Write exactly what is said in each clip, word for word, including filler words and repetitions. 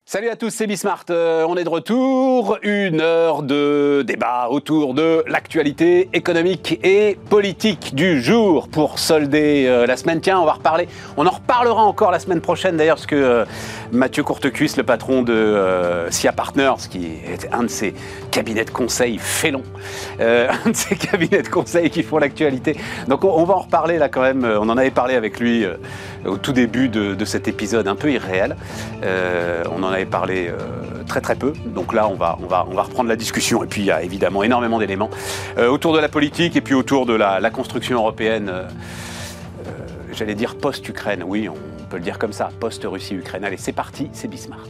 Salut à tous, c'est Bismart. Euh, on est de retour. Une heure de débat autour de l'actualité économique et politique du jour pour solder euh, la semaine. Tiens, on va reparler. On en reparlera encore la semaine prochaine d'ailleurs, parce que euh, Mathieu Courtecuisse, le patron de euh, S I A Partners, qui est un de ces cabinets de conseil félons, euh, un de ces cabinets de conseil qui font l'actualité. Donc on, on va en reparler là quand même. On en avait parlé avec lui euh, au tout début de, de cet épisode un peu irréel. Euh, on en avait parlé euh, très très peu, donc là on va, on, va, on va reprendre la discussion, et puis il y a évidemment énormément d'éléments euh, autour de la politique et puis autour de la, la construction européenne, euh, euh, j'allais dire post-Ukraine, oui on peut le dire comme ça, post-Russie-Ukraine. Allez c'est parti, c'est Bismart.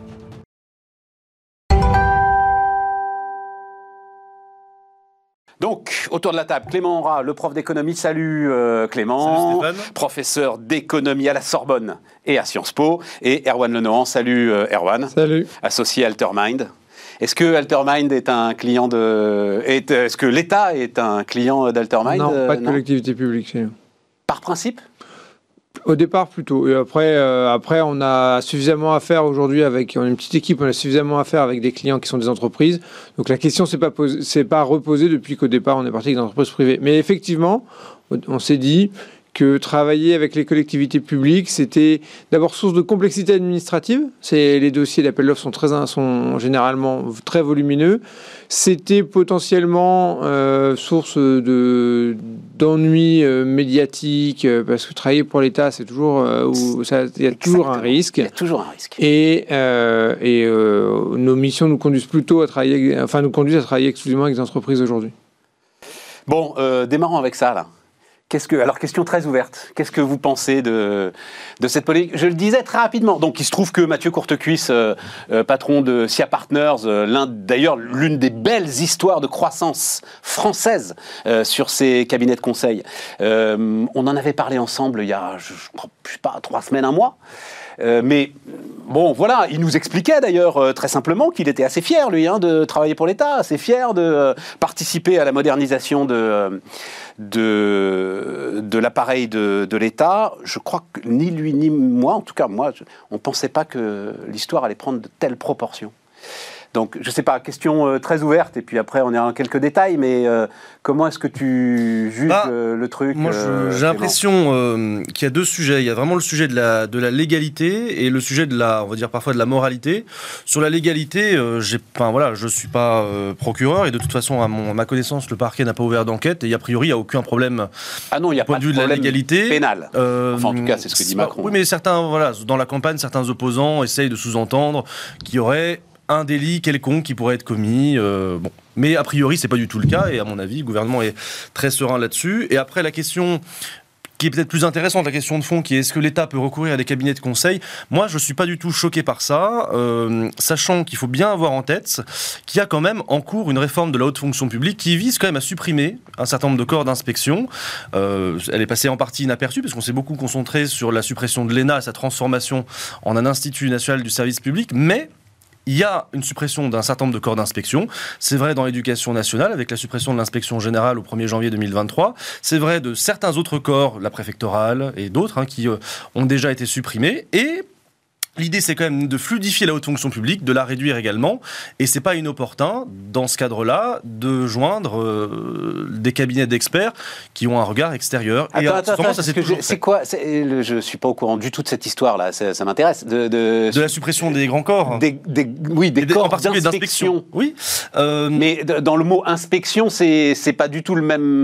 Donc, autour de la table, Clément Aura, le prof d'économie. Salut euh, Clément. Salut Stéphane. Professeur d'économie à la Sorbonne et à Sciences Po. Et Erwan Lenohan. Salut euh, Erwan. Salut. Associé Altermind. Est-ce que Altermind est un client de... Est, est-ce que l'État est un client d'Altermind? Non, pas de non collectivité publique chez nous. Par principe? Au départ plutôt. Et après, euh, après, on a suffisamment à faire aujourd'hui avec, on est une petite équipe, on a suffisamment à faire avec des clients qui sont des entreprises. Donc la question s'est pas posée, s'est pas reposée depuis qu'au départ on est parti avec des entreprises privées. Mais effectivement, on s'est dit que travailler avec les collectivités publiques, c'était d'abord source de complexité administrative. C'est, les dossiers d'appel d'offres sont, très, sont généralement très volumineux. C'était potentiellement euh, source de, d'ennuis euh, médiatiques, euh, parce que travailler pour l'État, c'est toujours, euh, où ça, il y a toujours un risque. Il y a toujours un risque. Et, euh, et euh, nos missions nous conduisent plutôt à travailler, enfin nous conduisent à travailler exclusivement avec des entreprises aujourd'hui. Bon, euh, démarrons avec ça là. Qu'est-ce que, alors, question très ouverte. Qu'est-ce que vous pensez de, de cette politique? Je le disais très rapidement. Donc, il se trouve que Mathieu Courtecuisse, euh, euh, patron de S I A Partners, euh, l'un, d'ailleurs, l'une des belles histoires de croissance française euh, sur ces cabinets de conseil. Euh, on en avait parlé ensemble il y a, je, je crois, je sais pas, trois semaines, un mois. Euh, mais bon, voilà, il nous expliquait d'ailleurs euh, très simplement qu'il était assez fier, lui, hein, de travailler pour l'État, assez fier de euh, participer à la modernisation de, euh, de, de l'appareil de, de l'État. Je crois que ni lui ni moi, en tout cas moi, je, on ne pensait pas que l'histoire allait prendre de telles proportions. Donc, je ne sais pas, question euh, très ouverte, et puis après on ira dans quelques détails, mais euh, comment est-ce que tu juges bah, euh, le truc? Moi, euh, j'ai l'impression euh, qu'il y a deux sujets. Il y a vraiment le sujet de la, de la légalité et le sujet de la, on va dire parfois de la moralité. Sur la légalité, euh, j'ai, enfin, voilà, je ne suis pas euh, procureur, et de toute façon, à, mon, à ma connaissance, le parquet n'a pas ouvert d'enquête, et a priori, il n'y a aucun problème ah non, il y a au point pas de vue de, de la légalité. Pénal. Euh, enfin, en tout cas, c'est ce que dit Macron. Oui, mais certains, voilà, dans la campagne, certains opposants essayent de sous-entendre qu'il y aurait un délit quelconque qui pourrait être commis. Euh, bon. Mais a priori, c'est pas du tout le cas, et à mon avis, le gouvernement est très serein là-dessus. Et après, la question qui est peut-être plus intéressante, la question de fond, qui est est-ce que l'État peut recourir à des cabinets de conseil? Moi, je suis pas du tout choqué par ça, euh, sachant qu'il faut bien avoir en tête qu'il y a quand même en cours une réforme de la haute fonction publique qui vise quand même à supprimer un certain nombre de corps d'inspection. Euh, elle est passée en partie inaperçue, parce qu'on s'est beaucoup concentré sur la suppression de l'E N A et sa transformation en un institut national du service public, mais il y a une suppression d'un certain nombre de corps d'inspection. C'est vrai dans l'éducation nationale, avec la suppression de l'inspection générale au premier janvier deux mille vingt-trois. C'est vrai de certains autres corps, la préfectorale et d'autres, hein, qui euh, ont déjà été supprimés. Et l'idée, c'est quand même de fluidifier la haute fonction publique, de la réduire également. Et c'est pas inopportun, dans ce cadre-là, de joindre euh, des cabinets d'experts qui ont un regard extérieur. Attends, et attends, attends, ça, c'est, je, c'est quoi c'est, le, je suis pas au courant du tout de cette histoire-là. Ça, ça m'intéresse. De, de, de la suppression des grands corps. Des, des, oui, des, des corps en particulier d'inspection. d'inspection. Oui. Euh, Mais dans le mot inspection, c'est c'est pas du tout le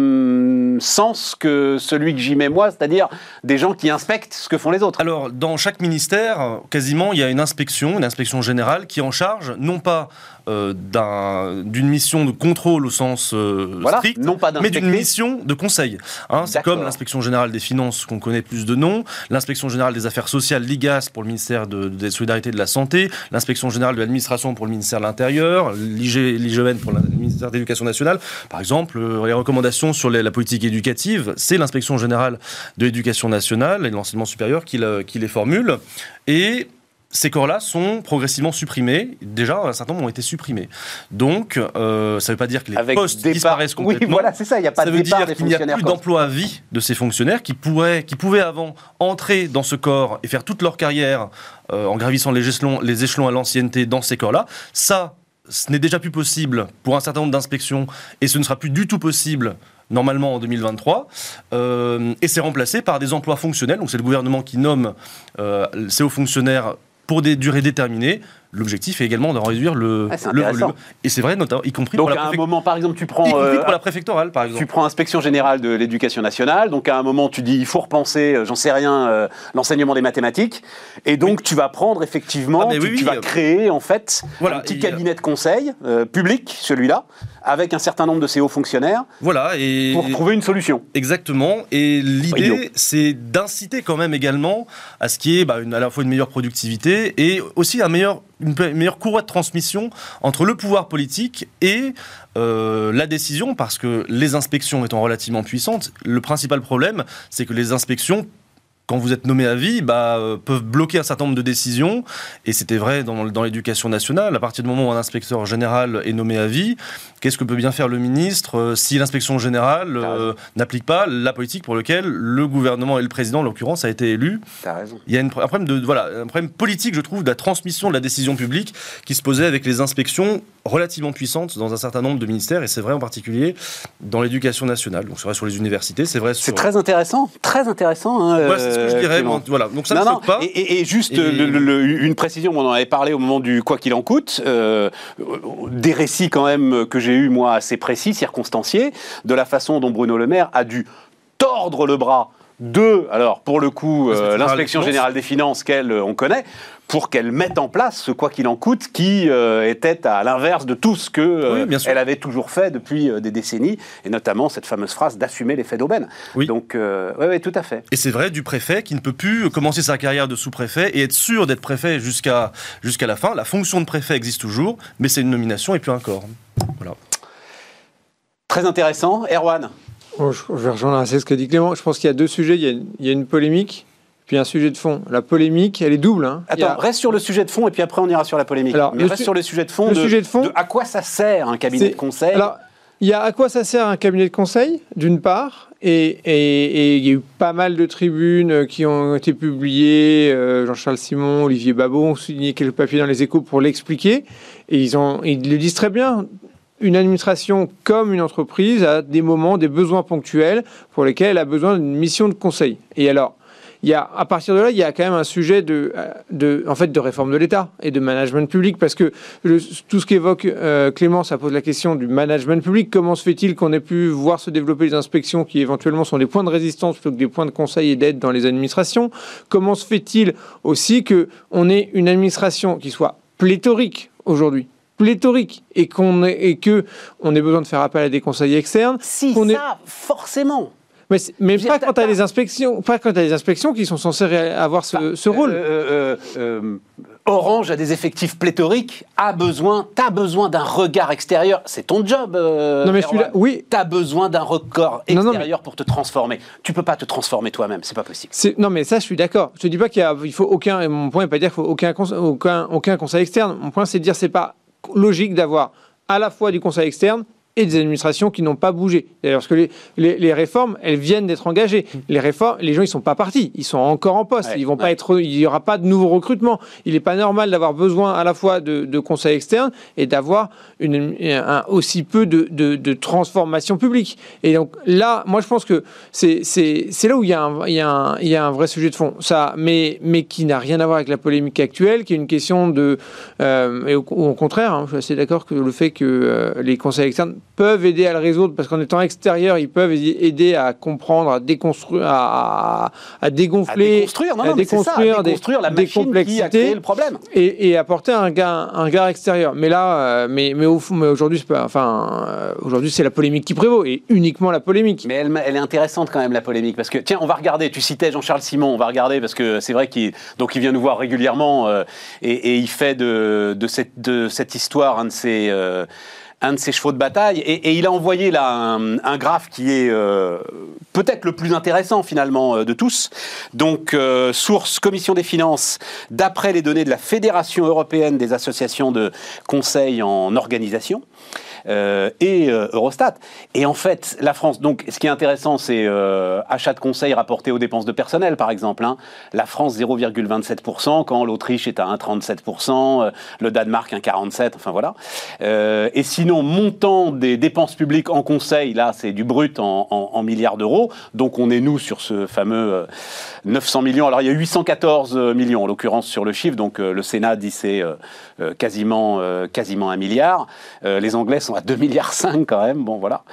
même sens que celui que j'y mets moi, c'est-à-dire des gens qui inspectent ce que font les autres. Alors, dans chaque ministère, quasiment, il y a une inspection, une inspection générale qui est en charge, non pas euh, d'un, d'une mission de contrôle au sens euh, voilà, strict, non pas mais d'une mission de conseil. Hein, c'est comme l'inspection générale des finances, qu'on connaît plus de noms, l'inspection générale des affaires sociales, l'I G A S, pour le ministère de, des solidarités et de la santé, l'inspection générale de l'administration pour le ministère de l'Intérieur, l'I G, l'I G E N pour le ministère de l'Éducation nationale. Par exemple, euh, les recommandations sur les, la politique éducative, c'est l'inspection générale de l'Éducation nationale et de l'enseignement supérieur qui, le, qui les formule. Et ces corps-là sont progressivement supprimés. Déjà, un certain nombre ont été supprimés. Donc, euh, ça ne veut pas dire que les Avec postes départ... disparaissent complètement. Oui, voilà, c'est ça. Il n'y a pas ça de veut départ dire des qu'il n'y a fonctionnaires. plus d'emploi à vie de ces fonctionnaires qui, pourraient, qui pouvaient avant entrer dans ce corps et faire toute leur carrière euh, en gravissant les échelons, les échelons à l'ancienneté dans ces corps-là. Ça, ce n'est déjà plus possible pour un certain nombre d'inspections et ce ne sera plus du tout possible normalement en deux mille vingt-trois, euh, et c'est remplacé par des emplois fonctionnels. Donc c'est le gouvernement qui nomme euh, ces hauts fonctionnaires pour des durées déterminées. L'objectif est également de réduire le, ah, le volume. Et c'est vrai, notamment, y compris donc, pour la à préfect... un moment, par exemple, tu prends... Y compris euh, pour la préfectorale, par exemple. Tu prends Inspection Générale de l'Éducation Nationale, donc à un moment, tu dis, il faut repenser, euh, j'en sais rien, euh, l'enseignement des mathématiques, et donc oui. tu vas prendre, effectivement, ah, tu, oui, tu vas oui. créer, en fait, voilà, un petit et cabinet de conseil, euh, public, celui-là, avec un certain nombre de ces hauts fonctionnaires, voilà, et... pour trouver une solution. Exactement, et l'idée, c'est d'inciter quand même également à ce qui est bah, une, à la fois une meilleure productivité, et aussi un meilleur... une meilleure courroie de transmission entre le pouvoir politique et euh, la décision, parce que les inspections étant relativement puissantes, le principal problème, c'est que les inspections, quand vous êtes nommé à vie, bah, euh, peuvent bloquer un certain nombre de décisions, et c'était vrai dans, dans l'éducation nationale. À partir du moment où un inspecteur général est nommé à vie, qu'est-ce que peut bien faire le ministre euh, si l'inspection générale euh, n'applique pas la politique pour laquelle le gouvernement et le président, en l'occurrence, a été élu? T'as raison. Il y a une, un, problème de, voilà, un problème politique, je trouve, de la transmission de la décision publique qui se posait avec les inspections relativement puissantes dans un certain nombre de ministères, et c'est vrai en particulier dans l'éducation nationale. Donc c'est vrai sur les universités, c'est vrai sur... C'est très intéressant, très intéressant. Hein, ouais, c'est ce que je dirais. Bon, voilà. Donc ça ne choque pas. Et, et, et juste et... Le, le, une précision, on en avait parlé au moment du quoi qu'il en coûte, euh, des récits quand même que j'ai eu moi assez précis, circonstanciés, de la façon dont Bruno Le Maire a dû tordre le bras de, alors pour le coup, euh, l'inspection générale des finances qu'elle, on connaît, pour qu'elle mette en place ce quoi qu'il en coûte qui euh, était à l'inverse de tout ce que euh, oui, elle avait toujours fait depuis euh, des décennies, et notamment cette fameuse phrase d'assumer l'effet d'aubaine. Oui. Donc, euh, oui, oui, tout à fait. Et c'est vrai du préfet qui ne peut plus commencer sa carrière de sous-préfet et être sûr d'être préfet jusqu'à, jusqu'à la fin. La fonction de préfet existe toujours, mais c'est une nomination et plus un corps. Voilà. Très intéressant. Erwan? Bon, je vais rejoindre assez ce qu'a dit Clément. Je pense qu'il y a deux sujets. Il y a, il y a une polémique, puis un sujet de fond. La polémique, elle est double. Hein. Attends, a... reste sur le sujet de fond et puis après on ira sur la polémique. Alors, Mais reste su... sur le sujet de fond. Le de, sujet de fond. De à quoi ça sert un cabinet c'est... de conseil? Alors, il y a à quoi ça sert un cabinet de conseil, d'une part, et, et, et il y a eu pas mal de tribunes qui ont été publiées. Euh, Jean-Charles Simon, Olivier Babot ont signé quelques papiers dans les Échos pour l'expliquer, et ils, ont, ils le disent très bien. Une administration comme une entreprise a des moments, des besoins ponctuels pour lesquels elle a besoin d'une mission de conseil. Et alors, il y a, à partir de là, il y a quand même un sujet de, de, en fait, de réforme de l'État et de management public, parce que le, tout ce qu'évoque euh, Clément, ça pose la question du management public. Comment se fait-il qu'on ait pu voir se développer des inspections qui éventuellement sont des points de résistance plutôt que des points de conseil et d'aide dans les administrations? Comment se fait-il aussi qu'on ait une administration qui soit pléthorique aujourd'hui, pléthorique, et qu'on ait, et que on ait besoin de faire appel à des conseils externes? Si, qu'on ça, ait... forcément. Mais, mais pas quand tu as les inspections, pas quand tu as les inspections qui sont censées avoir ce, bah, ce rôle. Euh, euh, euh, Orange a des effectifs pléthoriques, a besoin, t'as besoin d'un regard extérieur. C'est ton job. Euh, non mais celui-là, oui. T'as besoin d'un regard extérieur non, non, mais... pour te transformer. Tu peux pas te transformer toi-même, c'est pas possible. C'est... Non mais ça, je suis d'accord. Je te dis pas qu'il y a, il faut aucun. Mon point n'est pas de dire qu'il faut aucun, aucun, aucun conseil externe. Mon point, c'est de dire c'est pas logique d'avoir à la fois du conseil externe et des administrations qui n'ont pas bougé. D'ailleurs, parce que les, les, les réformes, elles viennent d'être engagées. Les réformes, les gens, ils sont pas partis. Ils sont encore en poste. Ouais, ils vont ouais. pas être, il y aura pas de nouveau recrutement. Il n'est pas normal d'avoir besoin à la fois de, de conseils externes et d'avoir une, un, aussi peu de, de, de transformation publique. Et donc là, moi, je pense que c'est, c'est, c'est là où il y a un, il y a un, il y a un vrai sujet de fond. Ça, mais, mais qui n'a rien à voir avec la polémique actuelle, qui est une question de, euh, et au, au contraire, hein, je suis assez d'accord que le fait que euh, les conseils externes peuvent aider à le résoudre, parce qu'en étant extérieur, ils peuvent aider à comprendre, à déconstruire, à, à dégonfler, à déconstruire, non, non, à déconstruire, ça, à déconstruire des, la machine des complexités qui a créé le problème, et, et apporter un gain, un gain extérieur. Mais là, euh, mais mais, au, mais aujourd'hui, c'est pas, enfin, euh, aujourd'hui, c'est la polémique qui prévaut, et uniquement la polémique. Mais elle, elle est intéressante quand même, la polémique, parce que tiens, on va regarder. Tu citais Jean-Charles Simon, on va regarder parce que c'est vrai qu'il donc il vient nous voir régulièrement euh, et, et il fait de de cette de cette histoire un de ses euh, un de ses chevaux de bataille. Et, et il a envoyé là un, un graphe qui est euh, peut-être le plus intéressant finalement euh, de tous. Donc, euh, source Commission des finances, d'après les données de la Fédération européenne des associations de conseil en organisation. Euh, et euh, Eurostat. Et en fait, la France, donc ce qui est intéressant, c'est euh, achat de conseils rapporté aux dépenses de personnel, par exemple. Hein. La France, zéro virgule vingt-sept pour cent, quand l'Autriche est à un virgule trente-sept pour cent, euh, le Danemark, un virgule quarante-sept pour cent, enfin voilà. Euh, et sinon, montant des dépenses publiques en conseil, là, c'est du brut en, en, en milliards d'euros. Donc on est, nous, sur ce fameux euh, neuf cents millions. Alors il y a huit cent quatorze millions, en l'occurrence, sur le chiffre. Donc euh, le Sénat dit c'est euh, euh, quasiment, euh, quasiment un milliard. Euh, les Anglais sont à deux virgule cinq milliards quand même, bon voilà.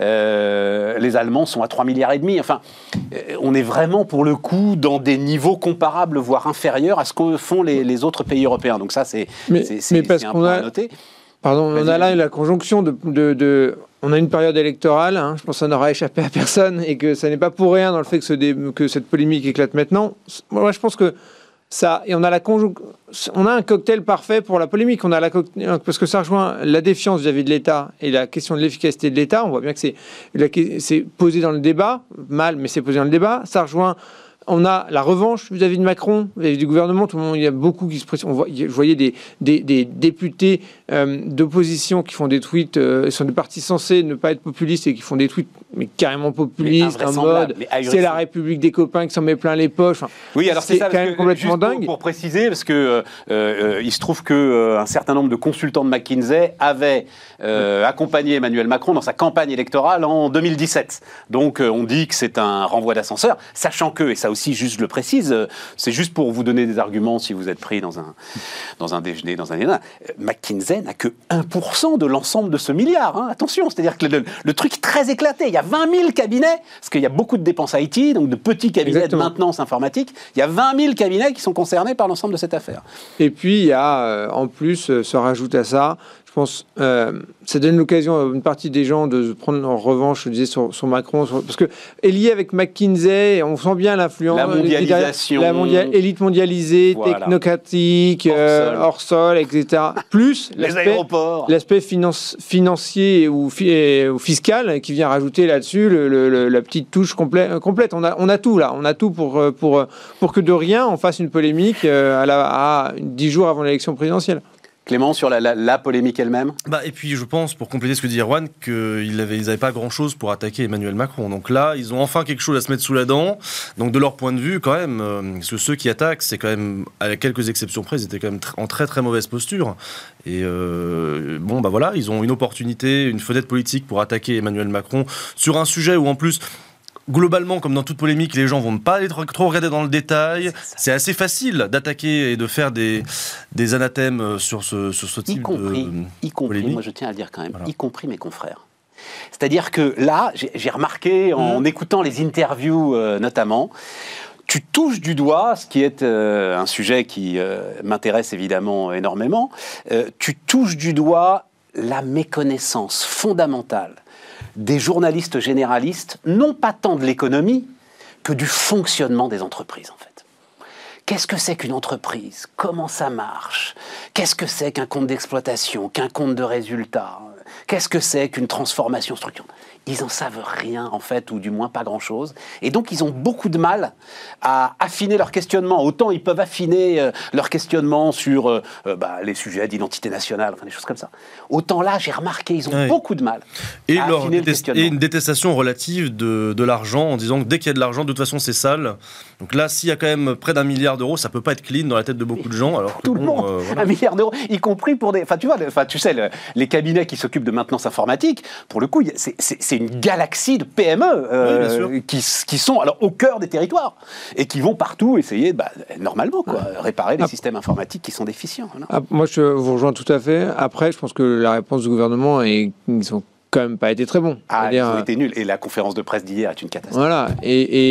Euh, les Allemands sont à trois virgule cinq milliards. Enfin, euh, on est vraiment pour le coup dans des niveaux comparables, voire inférieurs à ce que font les, les autres pays européens. Donc ça, c'est, mais, c'est, c'est, mais parce c'est un qu'on point a, à noter. Pardon, Vas-y. On a là la conjonction de, de, de... On a une période électorale, hein, je pense que ça n'aura échappé à personne, et que ça n'est pas pour rien dans le fait que, ce dé... que cette polémique éclate maintenant. Moi, je pense que ça, et on a la conjon... on a un cocktail parfait pour la polémique. On a la co... parce que ça rejoint la défiance vis-à-vis de l'État et la question de l'efficacité de l'État. On voit bien que c'est, la... c'est posé dans le débat, mal, mais c'est posé dans le débat. Ça rejoint. On a la revanche vis-à-vis de Macron, vis-à-vis du gouvernement. Tout le monde, il y a beaucoup qui se pressent. On voit, je voyais des, des, des députés euh, d'opposition qui font des tweets, euh, sont des partis censés ne pas être populistes et qui font des tweets mais carrément populistes, en mode c'est la République des copains qui s'en met plein les poches. Enfin, oui, alors c'est, c'est ça, quand même que, complètement dingue. Pour, pour préciser, parce que euh, euh, il se trouve que euh, un certain nombre de consultants de McKinsey avaient euh, accompagné Emmanuel Macron dans sa campagne électorale en deux mille dix-sept. Donc euh, on dit que c'est un renvoi d'ascenseur, sachant que, et ça aussi juste je le précise, euh, c'est juste pour vous donner des arguments si vous êtes pris dans un, dans un déjeuner, dans un dîner. McKinsey n'a que un pour cent de l'ensemble de ce milliard. Hein, attention, c'est-à-dire que le, le truc est très éclaté. Il y a vingt mille cabinets, parce qu'il y a beaucoup de dépenses I T, donc de petits cabinets Exactement. de maintenance informatique. Il y a vingt mille cabinets qui sont concernés par l'ensemble de cette affaire. Et puis, il y a, euh, en plus, euh, se rajoute à ça, je pense, euh, ça donne l'occasion à une partie des gens de prendre en revanche, je disais, sur, sur Macron, sur, parce que est lié avec McKinsey, on sent bien l'influence. La mondialisation. La mondial, élite mondialisée, voilà. technocratique, hors, euh, sol. hors sol, et cetera. Plus les l'aspect, aéroports. L'aspect finance, financier ou, fi, ou fiscal qui vient rajouter là-dessus le, le, le, la petite touche complète. complète. On, a, on a tout là, on a tout pour, pour, pour que de rien on fasse une polémique à, la, à dix jours avant l'élection présidentielle. Clément, sur la, la, la polémique elle-même. Bah, et puis je pense, pour compléter ce que dit Erwan, qu'ils n'avaient ils pas grand-chose pour attaquer Emmanuel Macron. Donc là, ils ont enfin quelque chose à se mettre sous la dent. Donc de leur point de vue, quand même, euh, ceux qui attaquent, c'est quand même, à quelques exceptions près, ils étaient quand même tr- en très très mauvaise posture. Et euh, bon, bah voilà, ils ont une opportunité, une fenêtre politique pour attaquer Emmanuel Macron sur un sujet où en plus... Globalement, comme dans toute polémique, les gens vont pas aller trop, trop regarder dans le détail. C'est, c'est assez facile d'attaquer et de faire des, des anathèmes sur ce, sur ce type y compris, de y compris, polémique. Moi je tiens à le dire quand même, voilà. y compris mes confrères. C'est-à-dire que là, j'ai, j'ai remarqué en mmh. écoutant les interviews euh, notamment, tu touches du doigt, ce qui est euh, un sujet qui euh, m'intéresse évidemment énormément, euh, tu touches du doigt la méconnaissance fondamentale des journalistes généralistes, non pas tant de l'économie, que du fonctionnement des entreprises, en fait. Qu'est-ce que c'est qu'une entreprise ? Comment ça marche ? Qu'est-ce que c'est qu'un compte d'exploitation ? Qu'un compte de résultat ? Qu'est-ce que c'est qu'une transformation structurelle ? Ils n'en savent rien, en fait, ou du moins pas grand-chose. Et donc, ils ont beaucoup de mal à affiner leur questionnement. Autant ils peuvent affiner euh, leur questionnement sur euh, euh, bah, les sujets d'identité nationale, enfin des choses comme ça. Autant là, j'ai remarqué, ils ont oui. beaucoup de mal et à leur affiner détest- le questionnement. Et une détestation relative de, de l'argent, en disant que dès qu'il y a de l'argent, de toute façon, c'est sale. Donc là, s'il y a quand même près d'un milliard d'euros, ça peut pas être clean dans la tête de beaucoup de gens. Alors pour tout bon, le monde, euh, voilà. Un milliard d'euros, y compris pour des... Enfin, tu vois, enfin, tu sais, le, les cabinets qui s'occupent de maintenance informatique, pour le coup, c'est, c'est, c'est une galaxie de P M E euh, oui, qui, qui sont alors au cœur des territoires et qui vont partout essayer, bah, normalement, quoi, ah. réparer les ah. systèmes informatiques qui sont déficients. Voilà. Ah, moi, je vous rejoins tout à fait. Après, je pense que la réponse du gouvernement est qu'ils sont quand même pas été très bons. Ah, ils ont été nuls. Et la conférence de presse d'hier est une catastrophe. Voilà. Et, et,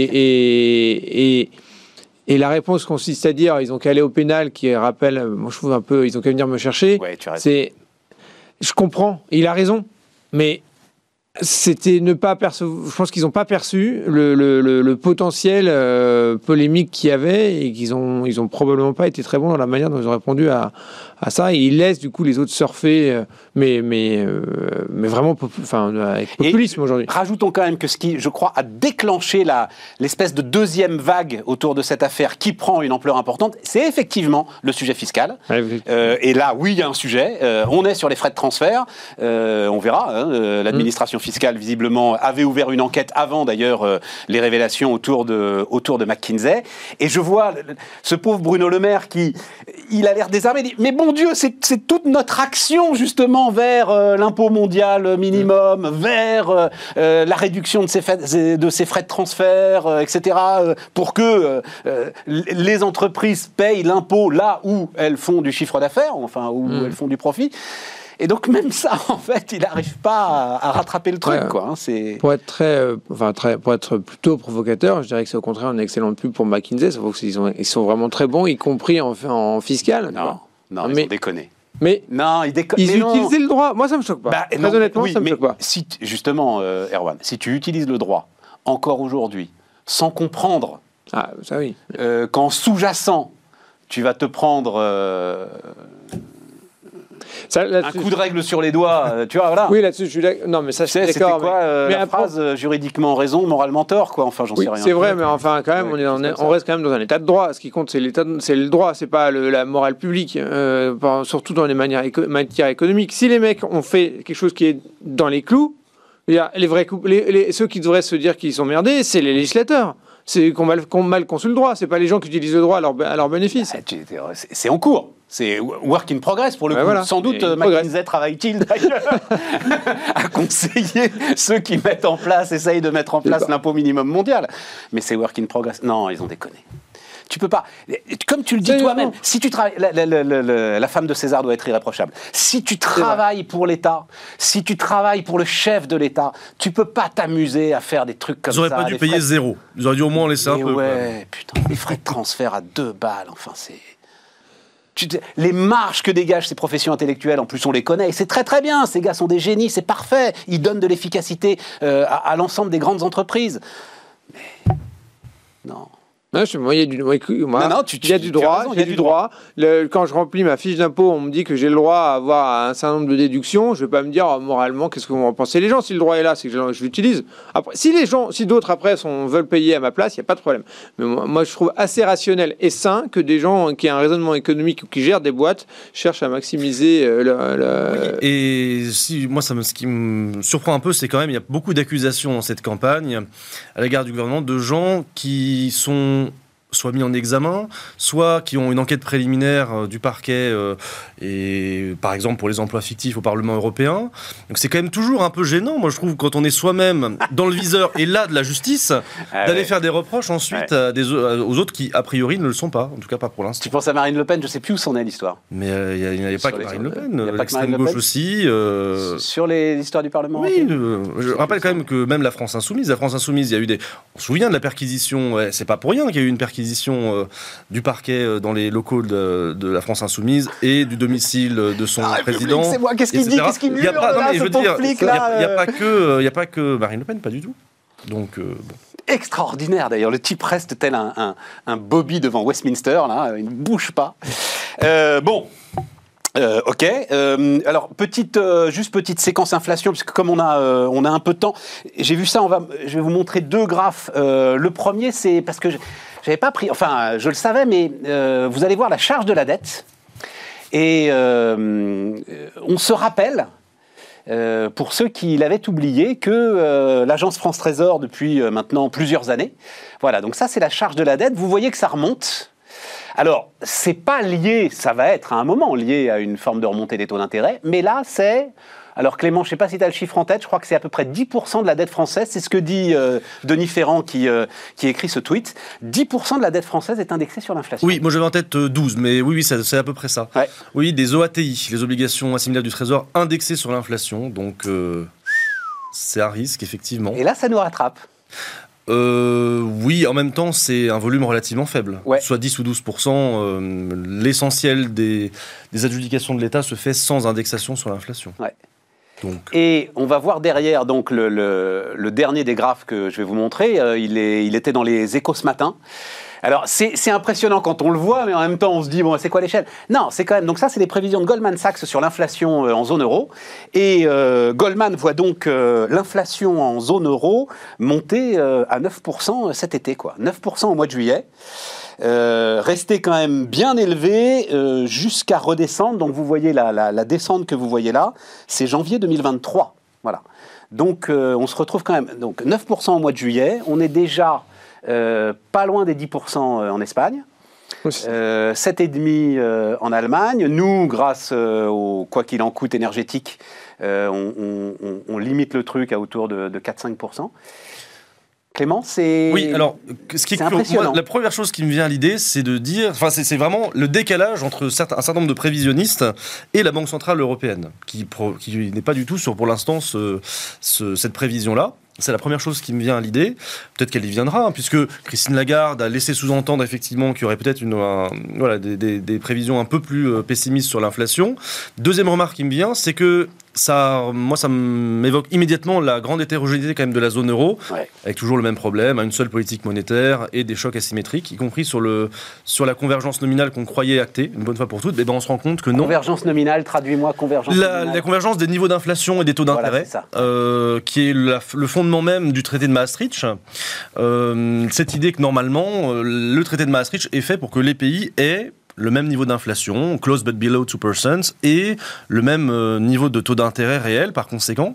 et, et, et la réponse consiste à dire ils ont qu'à aller au pénal, qui rappelle, moi je trouve un peu, ils ont qu'à venir me chercher. Ouais, tu as raison. C'est, je comprends, il a raison, mais C'était ne pas percevoir. Je pense qu'ils n'ont pas perçu le, le, le, le potentiel euh, polémique qu'il y avait et qu'ils ont, ils ont probablement pas été très bons dans la manière dont ils ont répondu à, à ça. Et ils laissent du coup les autres surfer, euh, mais, mais, euh, mais vraiment popu- enfin, avec populisme Et aujourd'hui. Rajoutons quand même que ce qui, je crois, a déclenché la, l'espèce de deuxième vague autour de cette affaire qui prend une ampleur importante, c'est effectivement le sujet fiscal. Ouais, Euh, et là, oui, il y a un sujet. Euh, on est sur les frais de transfert. Euh, on verra. Hein, euh, l'administration fiscale, visiblement, avait ouvert une enquête avant, d'ailleurs, euh, les révélations autour de, autour de McKinsey. Et je vois le- ce pauvre Bruno Le Maire qui, il a l'air désarmé. Il dit, mais bon Dieu, c'est, c'est toute notre action, justement, vers euh, l'impôt mondial minimum, vers euh, euh, la réduction de ces, frais, de ces frais de transfert, euh, et cetera, euh, pour que euh, euh, les entreprises payent l'impôt là où elles font du chiffre d'affaires, enfin, où Mmh. elles font du profit. Et donc même ça, en fait, il n'arrive pas à, à rattraper le truc, Ouais. quoi. Hein, c'est... Pour être très, euh, enfin très, pour être plutôt provocateur, je dirais que c'est au contraire une excellente pub pour McKinsey. Ça vaut qu'ils ont, ils sont vraiment très bons, y compris en, en fiscal. Non, non, ils mais, ont déconné. mais Non, ils déconnent. ils mais non. utilisaient le droit. Moi, ça me choque pas. Bah, très non, honnêtement, oui, ça me mais choque pas. Si t- justement, euh, Erwan, si tu utilises le droit encore aujourd'hui, sans comprendre Ah, ça oui. euh, qu'en sous-jacent, tu vas te prendre euh, Ça, un coup de règle sur les doigts, euh, tu vois, voilà. Oui, là-dessus, je suis d'accord. Non, mais ça, Tu je sais, suis c'était d'accord. quoi euh, mais la après- phrase euh, juridiquement raison, moralement tort, quoi. Enfin, j'en Oui, sais rien. c'est vrai, mais enfin, quand même, Ouais, on, est, on, est- quelque chose comme on ça. reste quand même dans un état de droit. Ce qui compte, c'est l'état, de- c'est le droit, c'est pas le- la morale publique, euh, par- surtout dans les manières éco- matières économiques. Si les mecs ont fait quelque chose qui est dans les clous, il y a les vrais coups, les, les- ceux qui devraient se dire qu'ils sont merdés, c'est les législateurs. C'est qu'on mal, qu'on mal conçu le droit. C'est pas les gens qui utilisent le droit à leur, à leur bénéfice. Ah, tu- C'est c'est en cours. C'est work in progress pour le Ouais, coup. voilà. Sans doute, Et euh, in progress. McKinsey travaille-t-il d'ailleurs à conseiller ceux qui mettent en place, essayent de mettre en place D'accord. l'impôt minimum mondial. Mais c'est work in progress. Non, ils ont déconné. Tu peux pas. Comme tu le dis Sérieusement. toi-même, si tu travailles, la, la- la- la- la femme de César doit être irréprochable. Si tu travailles pour l'État, si tu travailles pour le chef de l'État, tu peux pas t'amuser à faire des trucs comme Ils n'auraient ça. pas dû des payer frais- zéro. Ils auraient dû au moins en laisser un Mais peu. quoi. ouais, putain, les frais de transfert à deux balles, enfin c'est. Tu te- Les marges que dégagent ces professions intellectuelles, en plus on les connaît, et c'est très très bien, ces gars sont des génies, c'est parfait, ils donnent de l'efficacité euh, à, à l'ensemble des grandes entreprises. Mais non. Ouais, je- moi, il y a du, moi, écoute, moi, Non, non, tu- il y a tu- du tu as droit. raison, Il y a du droit. Le- quand je remplis ma fiche d'impôt, on me dit que j'ai le droit à avoir un certain nombre de déductions. Je vais pas me dire oh, moralement qu'est-ce que vont en penser les gens. Si le droit est là, c'est que je, je l'utilise. Après, si les gens, si d'autres après sont, veulent payer à ma place, il y a pas de problème. Mais moi, moi, je trouve assez rationnel et sain que des gens qui ont un raisonnement économique ou qui gèrent des boîtes cherchent à maximiser euh, le. le- Et si, moi, ça me, ce qui me surprend un peu, c'est quand même il y a beaucoup d'accusations dans cette campagne à l'égard du gouvernement de gens qui sont soit mis en examen, soit qui ont une enquête préliminaire euh, du parquet, euh, et par exemple pour les emplois fictifs au Parlement européen. Donc c'est quand même toujours un peu gênant, moi je trouve, quand on est soi-même dans le viseur et là de la justice, Ah d'aller ouais. faire des reproches ensuite à des, aux autres qui, a priori, ne le sont pas, en tout cas pas pour l'instant. Tu penses à Marine Le Pen, je sais plus où c'en est l'histoire. Mais euh, il n'y avait pas Sur que les- Marine Le il y a Pen, pas que Marine l'extrême Le gauche Pen aussi. euh, Sur les histoires du Parlement Oui, européen. euh, je rappelle quand même que même la France Insoumise, la France Insoumise, il y a eu des. On se souvient de la perquisition, ouais, c'est pas pour rien qu'il y a eu une perquisition euh, du parquet euh, dans les locaux de, de la France Insoumise et du domicile de son Ah, président. c'est moi, qu'est-ce qu'il et cetera. dit, qu'est-ce qu'il Il y a hurle, pas, non, là, mais je ce veux pauvre dire, flic, il y a- là, il y a euh. pas que, euh, il y a pas que Marine Le Pen, pas du tout. Donc, euh, bon. Extraordinaire d'ailleurs, le type reste tel un, un, un Bobby devant Westminster, là, il ne bouge pas. Euh, bon. Euh, ok. Euh, alors petite, euh, juste petite séquence inflation, puisque comme on a, euh, on a un peu de temps, j'ai vu ça. On va, je vais vous montrer deux graphes. Euh, le premier, c'est parce que je, j'avais pas pris, enfin, je le savais, mais euh, vous allez voir la charge de la dette. Et euh, on se rappelle. Euh, pour ceux qui l'avaient oublié, que euh, l'agence France Trésor, depuis euh, maintenant plusieurs années, voilà, donc ça c'est la charge de la dette, vous voyez que ça remonte. Alors, c'est pas lié, ça va être à un moment lié à une forme de remontée des taux d'intérêt, mais là c'est... Alors Clément, je ne sais pas si tu as le chiffre en tête, je crois que c'est à peu près dix pour cent de la dette française, c'est ce que dit euh, Denis Ferrand qui, euh, qui écrit ce tweet, dix pour cent de la dette française est indexée sur l'inflation. Oui, moi j'avais en tête euh, douze, mais oui, oui, ça- c'est à peu près ça. Ouais. Oui, des O A T I, les obligations assimilables du Trésor, indexées sur l'inflation, donc euh, c'est un risque, effectivement. Et là, ça nous rattrape. Euh, oui, en même temps, c'est un volume relativement faible. Ouais. Soit dix ou douze pour cent, euh, l'essentiel des, des adjudications de l'État se fait sans indexation sur l'inflation. Ouais. Donc. Et on va voir derrière donc le, le, le dernier des graphes que je vais vous montrer. Euh, il, est, il était dans les Échos ce matin. Alors, c'est, c'est impressionnant quand on le voit, mais en même temps, on se dit, bon, c'est quoi l'échelle ? Non, c'est quand même... Donc ça, c'est les prévisions de Goldman Sachs sur l'inflation euh, en zone euro. Et euh, Goldman voit donc euh, l'inflation en zone euro monter euh, à neuf pour cent cet été, quoi. neuf pour cent au mois de juillet. Euh, rester quand même bien élevé euh, jusqu'à redescendre. Donc, vous voyez la, la, la descente que vous voyez là, c'est janvier deux mille vingt-trois. Voilà. Donc, euh, on se retrouve quand même... Donc, neuf pour cent au mois de juillet. On est déjà... Euh, pas loin des dix pour cent en Espagne, euh, sept virgule cinq euh, en Allemagne. Nous, grâce euh, au quoi qu'il en coûte énergétique, euh, on, on, on limite le truc à autour de, de quatre à cinq pour cent. Clément, c'est... Oui, alors, ce qui est, c'est impressionnant. Moi, la première chose qui me vient à l'idée, c'est de dire... Enfin, c'est, c'est vraiment le décalage entre certains, un certain nombre de prévisionnistes et la Banque Centrale Européenne, qui, pro, qui n'est pas du tout sur, pour l'instant, ce, ce, cette prévision-là. C'est la première chose qui me vient à l'idée. Peut-être qu'elle y viendra, hein, puisque Christine Lagarde a laissé sous-entendre effectivement qu'il y aurait peut-être une, un, voilà, des, des, des prévisions un peu plus euh, pessimistes sur l'inflation. Deuxième remarque qui me vient, c'est que ça, moi, ça m'évoque immédiatement la grande hétérogénéité quand même de la zone euro, ouais. avec toujours le même problème, une seule politique monétaire et des chocs asymétriques, y compris sur, le, sur la convergence nominale qu'on croyait actée, une bonne fois pour toutes. Mais ben, on se rend compte que non. Convergence nominale, traduis-moi convergence la, nominale. La convergence des niveaux d'inflation et des taux d'intérêt, voilà, euh, qui est la, le fondement même du traité de Maastricht. Euh, cette idée que normalement, euh, le traité de Maastricht est fait pour que les pays aient le même niveau d'inflation, close but below two percent, et le même euh, niveau de taux d'intérêt réel par conséquent.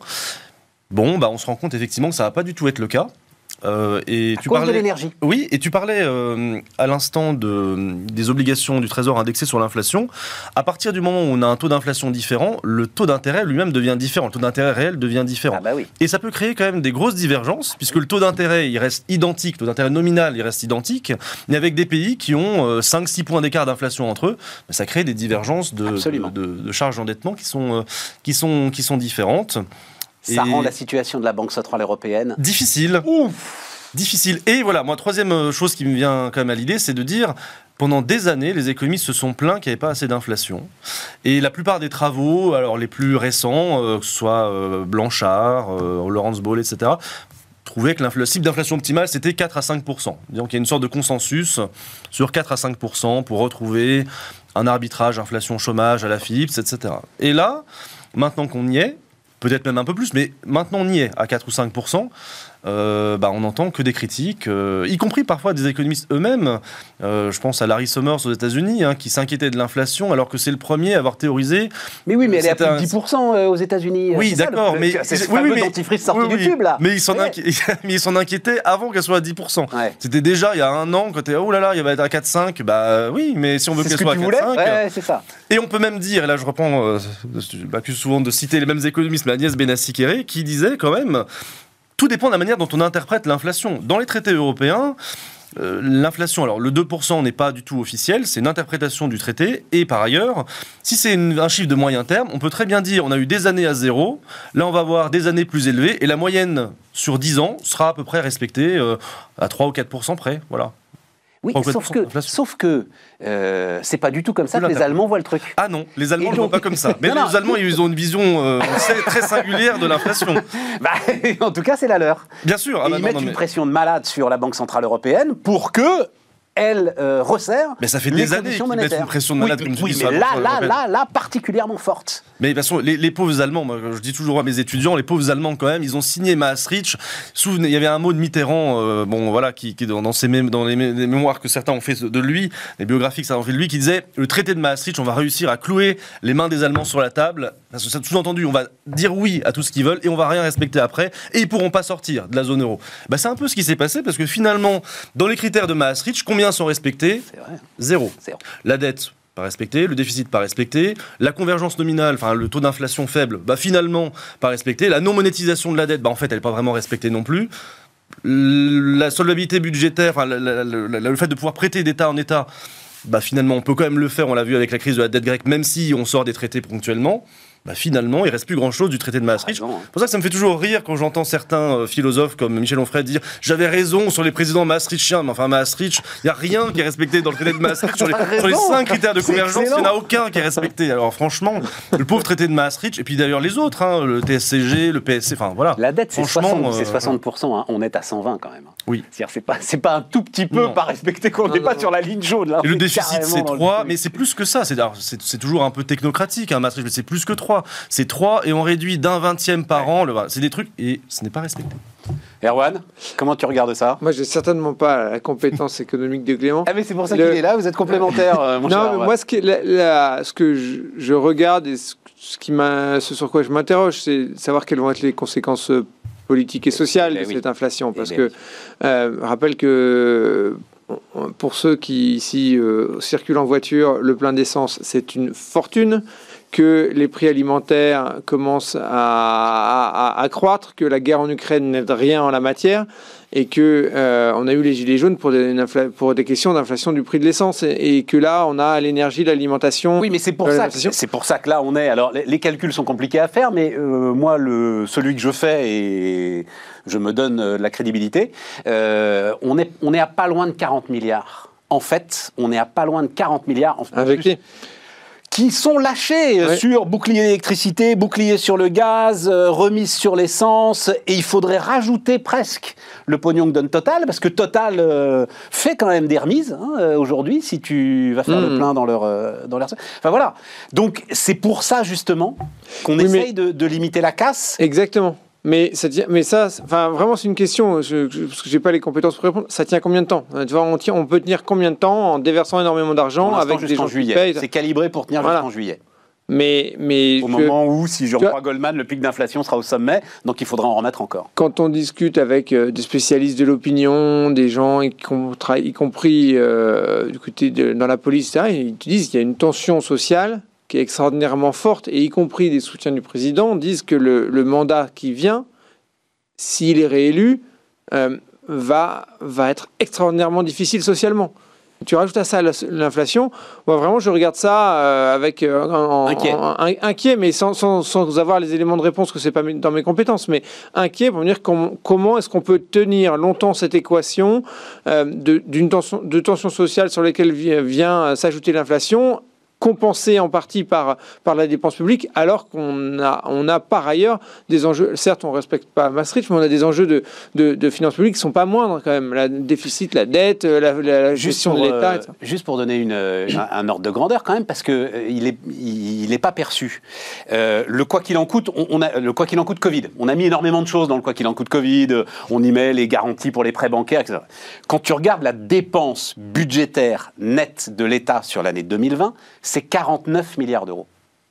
Bon, bah, on se rend compte effectivement que ça ne va pas du tout être le cas. Euh, et à tu cause parlais, de l'énergie. Oui, et tu parlais euh, à l'instant de, des obligations du Trésor indexées sur l'inflation. À partir du moment où on a un taux d'inflation différent, le taux d'intérêt lui-même devient différent. Le taux d'intérêt réel devient différent. Ah bah oui. Et ça peut créer quand même des grosses divergences, puisque le taux d'intérêt, il reste identique, le taux d'intérêt nominal, il reste identique, mais avec des pays qui ont euh, cinq à six points d'écart d'inflation entre eux, ça crée des divergences de, de, de, de charges d'endettement qui sont, euh, qui sont, qui sont différentes. Ça et rend la situation de la Banque Centrale Européenne difficile. Ouf. Difficile. Et voilà, moi, troisième chose qui me vient quand même à l'idée, c'est de dire, pendant des années, les économistes se sont plaints qu'il n'y avait pas assez d'inflation. Et la plupart des travaux, alors les plus récents, euh, que ce soit euh, Blanchard, euh, Laurence Boll, et cetera, trouvaient que le cible d'inflation optimale, c'était quatre à cinq pour cent. Donc il y a une sorte de consensus sur quatre à cinq pour cent pour retrouver un arbitrage inflation-chômage à la Philips, et cetera. Et là, maintenant qu'on y est, peut-être même un peu plus, mais maintenant on y est à quatre ou cinq pour cent, Euh, bah, on n'entend que des critiques, euh, y compris parfois des économistes eux-mêmes. Euh, je pense à Larry Summers aux États-Unis, hein, qui s'inquiétait de l'inflation alors que c'est le premier à avoir théorisé. Mais oui, mais elle est à plus un... de dix pour cent aux États-Unis. Oui, c'est d'accord, ça, le... mais c'est ce oui, fameux oui, mais... dentifrice sorti oui, oui. du tube là. Mais ils s'en, ouais. inqui... mais ils s'en inquiétaient avant qu'elle soit à dix pour cent. Ouais. C'était déjà il y a un an quand tu es oh là là, il va être à quatre à cinq. Bah oui, mais si on veut c'est qu'elle ce soit que à tu quatre à cinq. Ouais, c'est ça. Et on peut même dire, et là je reprends, euh, je m'accuse souvent de citer les mêmes économistes, mais Agnès Benassi-Kéré, qui disait quand même. Tout dépend de la manière dont on interprète l'inflation. Dans les traités européens, euh, l'inflation, alors le deux pour cent n'est pas du tout officiel, c'est une interprétation du traité. Et par ailleurs, si c'est une, un chiffre de moyen terme, on peut très bien dire on a eu des années à zéro, là on va avoir des années plus élevées, et la moyenne sur dix ans sera à peu près respectée euh, à trois ou quatre pour cent près. Voilà. Oui, sauf que, sauf que euh, c'est pas du tout comme ça que les Allemands voient le truc. Ah non, les Allemands ne donc... voient pas comme ça. Mais non, les non. Allemands, ils ont une vision euh, très singulière de l'inflation. Bah, en tout cas, c'est la leur. Bien sûr. Ah et bah ils non, mettent non, une mais... pression de malade sur la Banque Centrale Européenne pour que elle euh, resserre mais ça fait les des années qu'ils mettent une pression de malade oui, comme tu oui, dis mais sur là, là, là, là, particulièrement forte. Mais de toute façon, les, les pauvres Allemands, moi, je dis toujours à mes étudiants, les pauvres Allemands quand même, ils ont signé Maastricht. Souvenez, il y avait un mot de Mitterrand, euh, bon voilà, qui, qui dans, dans, ses mé- dans les, mé- les mémoires que certains ont fait de lui, les biographies que certains ont fait de lui, qui disait le traité de Maastricht, on va réussir à clouer les mains des Allemands sur la table. Parce que ça, sous-entendu, on va dire oui à tout ce qu'ils veulent et on va rien respecter après et ils pourront pas sortir de la zone euro. Bah, c'est un peu ce qui s'est passé parce que finalement, dans les critères de Maastricht, combien sont respectés ? C'est vrai. Zéro. Zéro. La dette, pas respectée. Le déficit, pas respecté. La convergence nominale, enfin le taux d'inflation faible, bah, finalement, pas respecté. La non-monétisation de la dette, bah, en fait, elle n'est pas vraiment respectée non plus. La solvabilité budgétaire, enfin, la, la, la, la, le fait de pouvoir prêter d'État en État, bah, finalement, on peut quand même le faire. On l'a vu avec la crise de la dette grecque, même si on sort des traités ponctuellement. bah finalement, il reste plus grand-chose du traité de Maastricht. Ah, c'est pour ça que ça me fait toujours rire quand j'entends certains euh, philosophes comme Michel Onfray dire « J'avais raison sur les présidents maastrichtiens ». Mais enfin, Maastricht, il n'y a rien qui est respecté dans le traité de Maastricht. Sur les, sur les cinq critères de convergence, il n'y en a aucun qui est respecté. Alors franchement, le pauvre traité de Maastricht, et puis d'ailleurs les autres, hein, le T S C G, le P S C, enfin voilà. La dette, c'est soixante, euh, c'est soixante pour cent, hein. On est à cent vingt quand même. Oui. C'est-à-dire, c'est pas, c'est pas un tout petit peu Non. pas respecté qu'on n'est pas sur la ligne jaune. Là, et le déficit, c'est trois, mais c'est plus que ça. C'est, alors, c'est, c'est toujours un peu technocratique, hein, Maastricht, mais c'est plus que trois. C'est trois, et on réduit d'un vingtième par ouais. an. Le, c'est des trucs, et ce n'est pas respecté. Erwan, comment tu regardes ça? Moi, j'ai certainement pas la compétence économique de Clément. Ah mais c'est pour ça le... qu'il est là, vous êtes complémentaires, euh, mon non, cher. mais ouais. moi, ce, qui est, la, la, ce que je, je regarde et ce, ce, qui m'a, ce sur quoi je m'interroge, c'est savoir quelles vont être les conséquences politique et sociale de oui. cette inflation. Parce et que, euh, je rappelle que pour ceux qui ici euh, circulent en voiture, le plein d'essence, c'est une fortune, que les prix alimentaires commencent à, à, à croître, que la guerre en Ukraine n'aide rien en la matière, et que euh, on a eu les gilets jaunes pour des, pour des questions d'inflation du prix de l'essence, et, et que là on a l'énergie, l'alimentation. Oui, mais c'est pour ça que, c'est pour ça que là on est. Alors les, les calculs sont compliqués à faire, mais euh, moi le celui que je fais et je me donne euh, de la crédibilité, euh, on est on est à pas loin de quarante milliards. En fait, on est à pas loin de quarante milliards. En Avec plus, les... qui sont lâchés ouais. sur bouclier d'électricité, bouclier sur le gaz, euh, remise sur l'essence, et il faudrait rajouter presque le pognon que donne Total, parce que Total euh, fait quand même des remises hein, euh, aujourd'hui, si tu vas faire mmh. le plein dans leur, euh, dans leur... Enfin voilà, donc c'est pour ça justement qu'on oui, essaye mais... de, de limiter la casse. Exactement. Mais ça, tient, mais ça, enfin vraiment, c'est une question. Je, je, parce que j'ai pas les compétences pour répondre. Ça tient combien de temps? Tu vois, on, tient, on peut tenir combien de temps en déversant énormément d'argent avec des gens juillet. qui payent. C'est calibré pour tenir voilà. jusqu'en juillet. Mais, mais au je, moment où, si je reprends Goldman, le pic d'inflation sera au sommet, donc il faudra en remettre encore. Quand on discute avec euh, des spécialistes de l'opinion, des gens y, compris, y compris euh, du côté de, dans la police, et cetera, ils te disent qu'il y a une tension sociale qui est extraordinairement forte, et y compris des soutiens du président disent que le, le mandat qui vient, s'il est réélu, euh, va, va être extraordinairement difficile socialement. Tu rajoutes à ça l'inflation. Moi, vraiment, je regarde ça euh, avec euh, en, inquiet, en, en, inquiet, mais sans, sans, sans avoir les éléments de réponse, que c'est pas dans mes compétences, mais inquiet pour me dire com comment est-ce qu'on peut tenir longtemps cette équation euh, de, d'une tension, de tension sociale sur laquelle vient, vient s'ajouter l'inflation, compensé en partie par, par la dépense publique, alors qu'on a, on a par ailleurs des enjeux, certes on ne respecte pas Maastricht, mais on a des enjeux de, de, de finances publiques qui ne sont pas moindres quand même, le déficit, la dette, la, la gestion de l'État. Euh, juste pour donner une, un, un ordre de grandeur quand même, parce qu'il euh, n'est il, il est pas perçu. Euh, le quoi qu'il en coûte, on, on a, le quoi qu'il en coûte Covid, on a mis énormément de choses dans le quoi qu'il en coûte Covid, on y met les garanties pour les prêts bancaires, et cetera. Quand tu regardes la dépense budgétaire nette de l'État sur l'année deux mille vingt, c'est quarante-neuf milliards d'euros.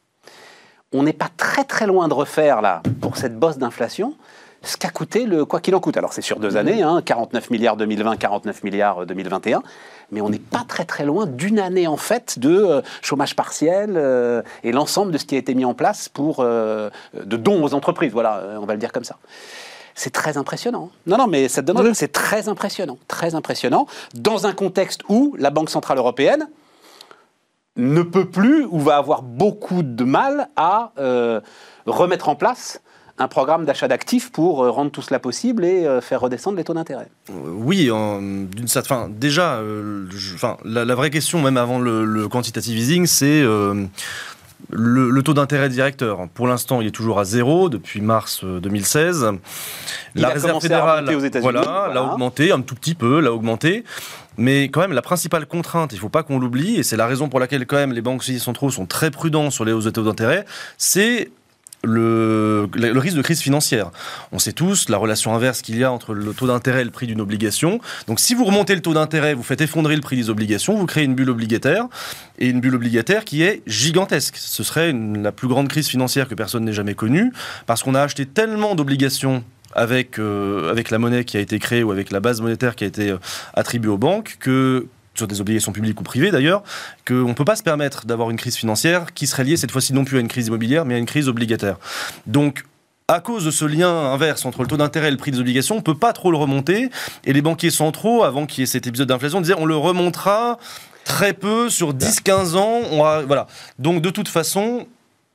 On n'est pas très très loin de refaire là, pour cette bosse d'inflation, ce qu'a coûté le quoi qu'il en coûte. Alors c'est sur deux années, hein, quarante-neuf milliards deux mille vingt, quarante-neuf milliards deux mille vingt et un, mais on n'est pas très très loin d'une année en fait de euh, chômage partiel euh, et l'ensemble de ce qui a été mis en place pour euh, de dons aux entreprises. Voilà, on va le dire comme ça. C'est très impressionnant. Non, non, mais ça te donne, c'est très impressionnant, très impressionnant, dans un contexte où la Banque Centrale Européenne ne peut plus ou va avoir beaucoup de mal à euh, remettre en place un programme d'achat d'actifs pour euh, rendre tout cela possible et euh, faire redescendre les taux d'intérêt. Oui, en, d'une certaine, fin, déjà, euh, je, fin, la, la vraie question, même avant le, le quantitative easing, c'est euh, le, le taux d'intérêt directeur. Pour l'instant, il est toujours à zéro depuis mars deux mille seize. Il la a Réserve fédérale, aux États-Unis, voilà, voilà. l'a augmenté un tout petit peu, l'a augmenté. Mais quand même, la principale contrainte, il ne faut pas qu'on l'oublie, et c'est la raison pour laquelle quand même les banques centraux sont très prudents sur les hausses de taux d'intérêt, c'est le, le risque de crise financière. On sait tous la relation inverse qu'il y a entre le taux d'intérêt et le prix d'une obligation. Donc si vous remontez le taux d'intérêt, vous faites effondrer le prix des obligations, vous créez une bulle obligataire, et une bulle obligataire qui est gigantesque. Ce serait une, la plus grande crise financière que personne n'ait jamais connue, parce qu'on a acheté tellement d'obligations avec, euh, avec la monnaie qui a été créée ou avec la base monétaire qui a été euh, attribuée aux banques, que, sur des obligations publiques ou privées d'ailleurs, qu'on ne peut pas se permettre d'avoir une crise financière qui serait liée cette fois-ci non plus à une crise immobilière, mais à une crise obligataire. Donc, à cause de ce lien inverse entre le taux d'intérêt et le prix des obligations, on ne peut pas trop le remonter, et les banquiers centraux, avant qu'il y ait cet épisode d'inflation, disaient on le remontera très peu, sur dix à quinze ans, on va, voilà. Donc, de toute façon...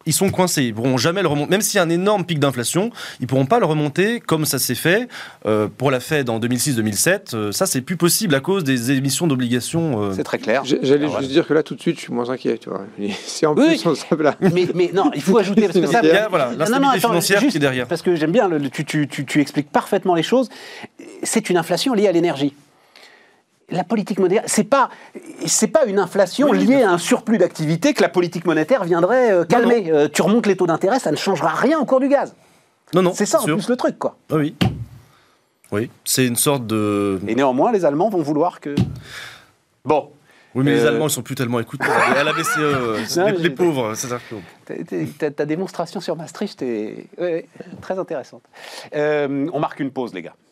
ils sont coincés. Ils ne pourront jamais le remonter. Même s'il y a un énorme pic d'inflation, ils ne pourront pas le remonter comme ça s'est fait euh, pour la Fed en deux mille six deux mille sept. Euh, ça, c'est plus possible à cause des émissions d'obligations. Euh... C'est très clair. J'allais Alors, juste ouais. dire que là, tout de suite, je suis moins inquiet. Tu vois. C'est en oui, plus on là. Mais, mais non, il faut ajouter parce que ça, il y a voilà, l'instabilité financière juste, qui est derrière. Parce que j'aime bien, le, tu, tu, tu, tu expliques parfaitement les choses. C'est une inflation liée à l'énergie. La politique monétaire, c'est pas, c'est pas une inflation oui, liée à un surplus d'activité que la politique monétaire viendrait euh, calmer. Non, non. Euh, tu remontes les taux d'intérêt, ça ne changera rien au cours du gaz. Non, non. C'est ça c'est en sûr. plus le truc, quoi. Ah oui. Oui, c'est une sorte de. Et néanmoins, les Allemands vont vouloir que. Bon. Oui, mais euh... les Allemands, ils sont plus tellement écoutés. À la B C E, non, les, les pauvres, c'est ça. Ta, ta démonstration sur Maastricht est ouais, très intéressante. Euh, on marque une pause, les gars.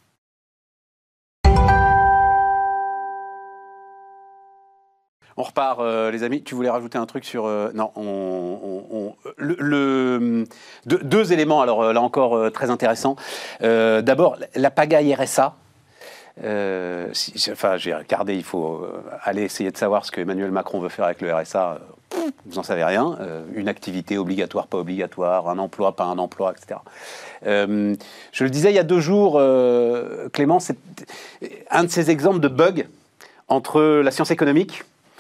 On repart, euh, les amis. Tu voulais rajouter un truc sur... Euh, non, on... on, on le, le, deux, deux éléments, alors là encore, euh, très intéressants. Euh, d'abord, la pagaille R S A. Euh, si, enfin, j'ai regardé, il faut aller essayer de savoir ce que Emmanuel Macron veut faire avec le R S A. Vous n'en savez rien. Euh, une activité obligatoire, pas obligatoire, un emploi, pas un emploi, et cetera. Euh, je le disais il y a deux jours, euh, Clément, c'est un de ces exemples de bug entre la science économique,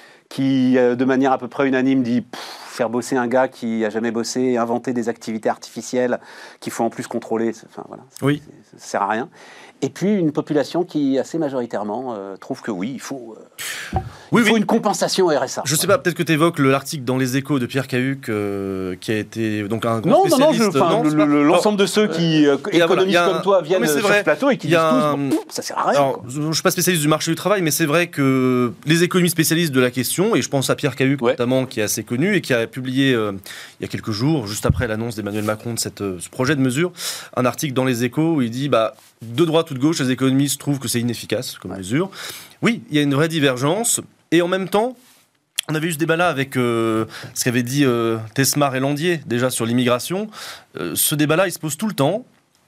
qui, euh, de manière à peu près unanime, dit pff, faire bosser un gars qui n'a jamais bossé, inventer des activités artificielles qu'il faut en plus contrôler, enfin, voilà, oui. ça ne sert à rien. Et puis une population qui, assez majoritairement, euh, trouve que oui, il faut, euh, oui, il faut oui. une compensation R S A. Je ne sais pas, peut-être que tu évoques l'article dans Les Échos de Pierre Cahuc, euh, qui a été donc un grand non, spécialiste. Non, non, je, non, le, l'ensemble de ceux qui, euh, économistes voilà, comme toi, viennent sur vrai, ce plateau et qui disent un... tous, bon, ça sert à rien. Alors, je ne suis pas spécialiste du marché du travail, mais c'est vrai que les économistes spécialistes de la question, et je pense à Pierre Cahuc ouais. notamment, qui est assez connu et qui a publié euh, il y a quelques jours, juste après l'annonce d'Emmanuel Macron de cette, euh, ce projet de mesure, un article dans Les Échos où il dit bah, de droite ou de gauche, les économistes trouvent que c'est inefficace comme ouais. mesure. Oui, il y a une vraie divergence, et en même temps, on avait eu ce débat-là avec euh, ce qu'avait dit euh, Tesmar et Landier, déjà sur l'immigration. Euh, ce débat-là, il se pose tout le temps.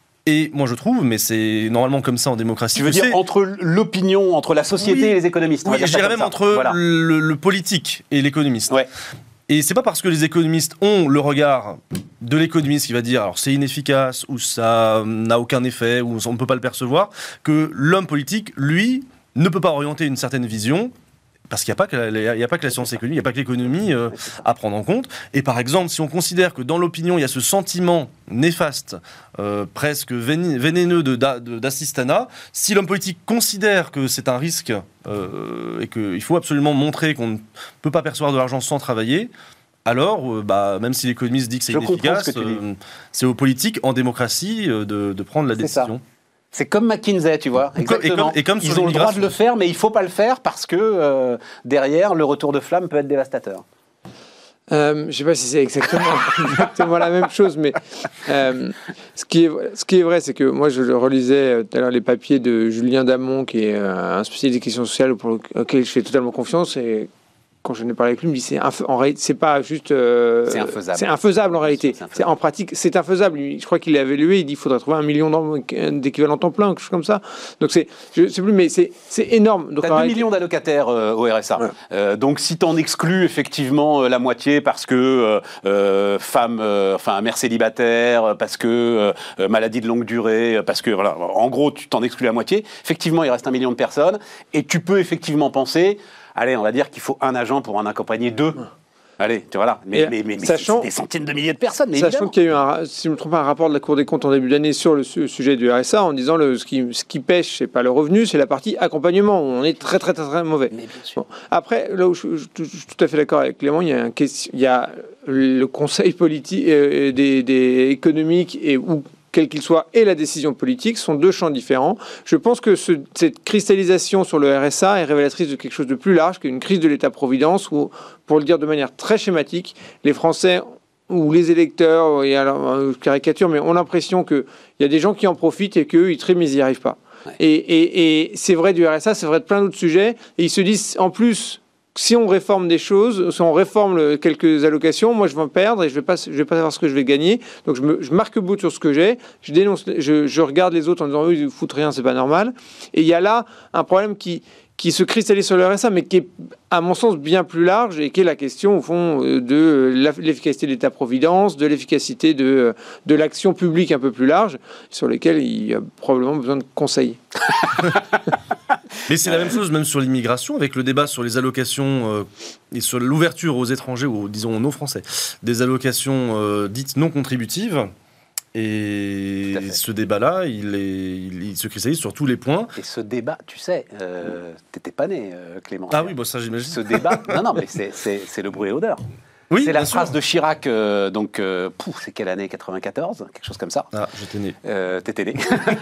Et moi, je trouve, mais c'est normalement comme ça en démocratie. Tu veux dire c'est... entre l'opinion, entre la société oui. et les économistes. Oui, je dirais même ça. entre voilà. le, le politique et l'économiste. Ouais. Et c'est pas parce que les économistes ont le regard de l'économiste qui va dire alors c'est inefficace ou ça n'a aucun effet ou on ne peut pas le percevoir, que l'homme politique, lui, ne peut pas orienter une certaine vision. Parce qu'il n'y a pas que la, il y a pas que la science économique, il n'y a pas que l'économie euh, à prendre en compte. Et par exemple, si on considère que dans l'opinion, il y a ce sentiment néfaste, euh, presque vénéneux de, de, d'assistanat, si l'homme politique considère que c'est un risque euh, et qu'il faut absolument montrer qu'on ne peut pas percevoir de l'argent sans travailler, alors, euh, bah, même si l'économiste dit que c'est Je inefficace, que euh, c'est aux politiques, en démocratie, euh, de, de prendre la c'est décision. Ça. C'est comme McKinsey, tu vois. Exactement. Et comme, et comme Ils ont le droit de le faire, mais il ne faut pas le faire parce que euh, derrière, le retour de flamme peut être dévastateur. Euh, je ne sais pas si c'est exactement, exactement la même chose, mais euh, ce, qui est, ce qui est vrai, c'est que moi, je relisais tout à l'heure les papiers de Julien Damon, qui est un spécialiste des questions sociales pour lequel je fais totalement confiance. Et quand je n'ai parlé avec lui, il me dit c'est inf- en réalité, c'est pas juste. Euh, c'est infaisable. C'est infaisable en réalité. C'est, c'est en pratique, c'est infaisable. Je crois qu'il l'avait évalué. Il dit qu'il faudrait trouver un million d'équivalents temps plein, quelque chose comme ça. Donc c'est, je sais plus, mais c'est, c'est énorme. Tu as deux réalité... millions d'allocataires euh, au R S A. Ouais. Euh, donc si tu en exclus effectivement euh, la moitié parce que euh, femme, euh, enfin mère célibataire, parce que euh, maladie de longue durée, parce que voilà, en gros tu t'en exclus la moitié. Effectivement, il reste un million de personnes et tu peux effectivement penser. Allez, on va dire qu'il faut un agent pour en accompagner deux. Allez, tu vois là. Mais, mais, mais, mais sachant, c'est des centaines de milliers de personnes. Mais sachant évidemment. qu'il y a eu, un, si je ne me trompe pas, un rapport de la Cour des comptes en début d'année sur le su- sujet du R S A en disant le, ce, qui, ce qui pêche, c'est pas le revenu, c'est la partie accompagnement. Où on est très, très, très, très mauvais. Mais bien sûr. Bon. Après, là où je, je, je, je suis tout à fait d'accord avec Clément, il y a, un, il y a le conseil politique, euh, des, des économiques et où quel qu'il soit, et la décision politique, sont deux champs différents. Je pense que ce, cette cristallisation sur le R S A est révélatrice de quelque chose de plus large qu'une crise de l'État-providence où, pour le dire de manière très schématique, les Français ou les électeurs, et alors, je caricature, mais ont l'impression qu'il y a des gens qui en profitent et qu'eux, ils triment, ils n'y arrivent pas. Ouais. Et, et, et c'est vrai du R S A, c'est vrai de plein d'autres sujets, et ils se disent, en plus, si on réforme des choses, si on réforme quelques allocations, moi je vais en perdre et je vais pas, je vais pas savoir ce que je vais gagner. Donc je, me, je marque bout sur ce que j'ai, je dénonce, je, je regarde les autres en disant oui, ils foutent rien, c'est pas normal. Et il y a là un problème qui qui se cristallise sur le R S A, mais qui est, à mon sens, bien plus large et qui est la question, au fond, de l'efficacité de l'État-providence, de l'efficacité de, de l'action publique un peu plus large, sur lesquelles il y a probablement besoin de conseils. Mais c'est la même chose même sur l'immigration, avec le débat sur les allocations euh, et sur l'ouverture aux étrangers, ou disons aux non-français, des allocations euh, dites non contributives. Et ce débat-là, il, est, il, il se cristallise sur tous les points. Et ce débat, tu sais, euh, t'étais pas né, euh, Clément. Ah oui, bon, ça j'imagine. Ce débat, non, non, mais c'est, c'est, c'est le bruit et l'odeur. Oui, c'est la sûr. phrase de Chirac, euh, donc, euh, pouf, c'est quelle année, quatre-vingt-quatorze, quelque chose comme ça. Ah, j'étais né. Euh, t'étais né.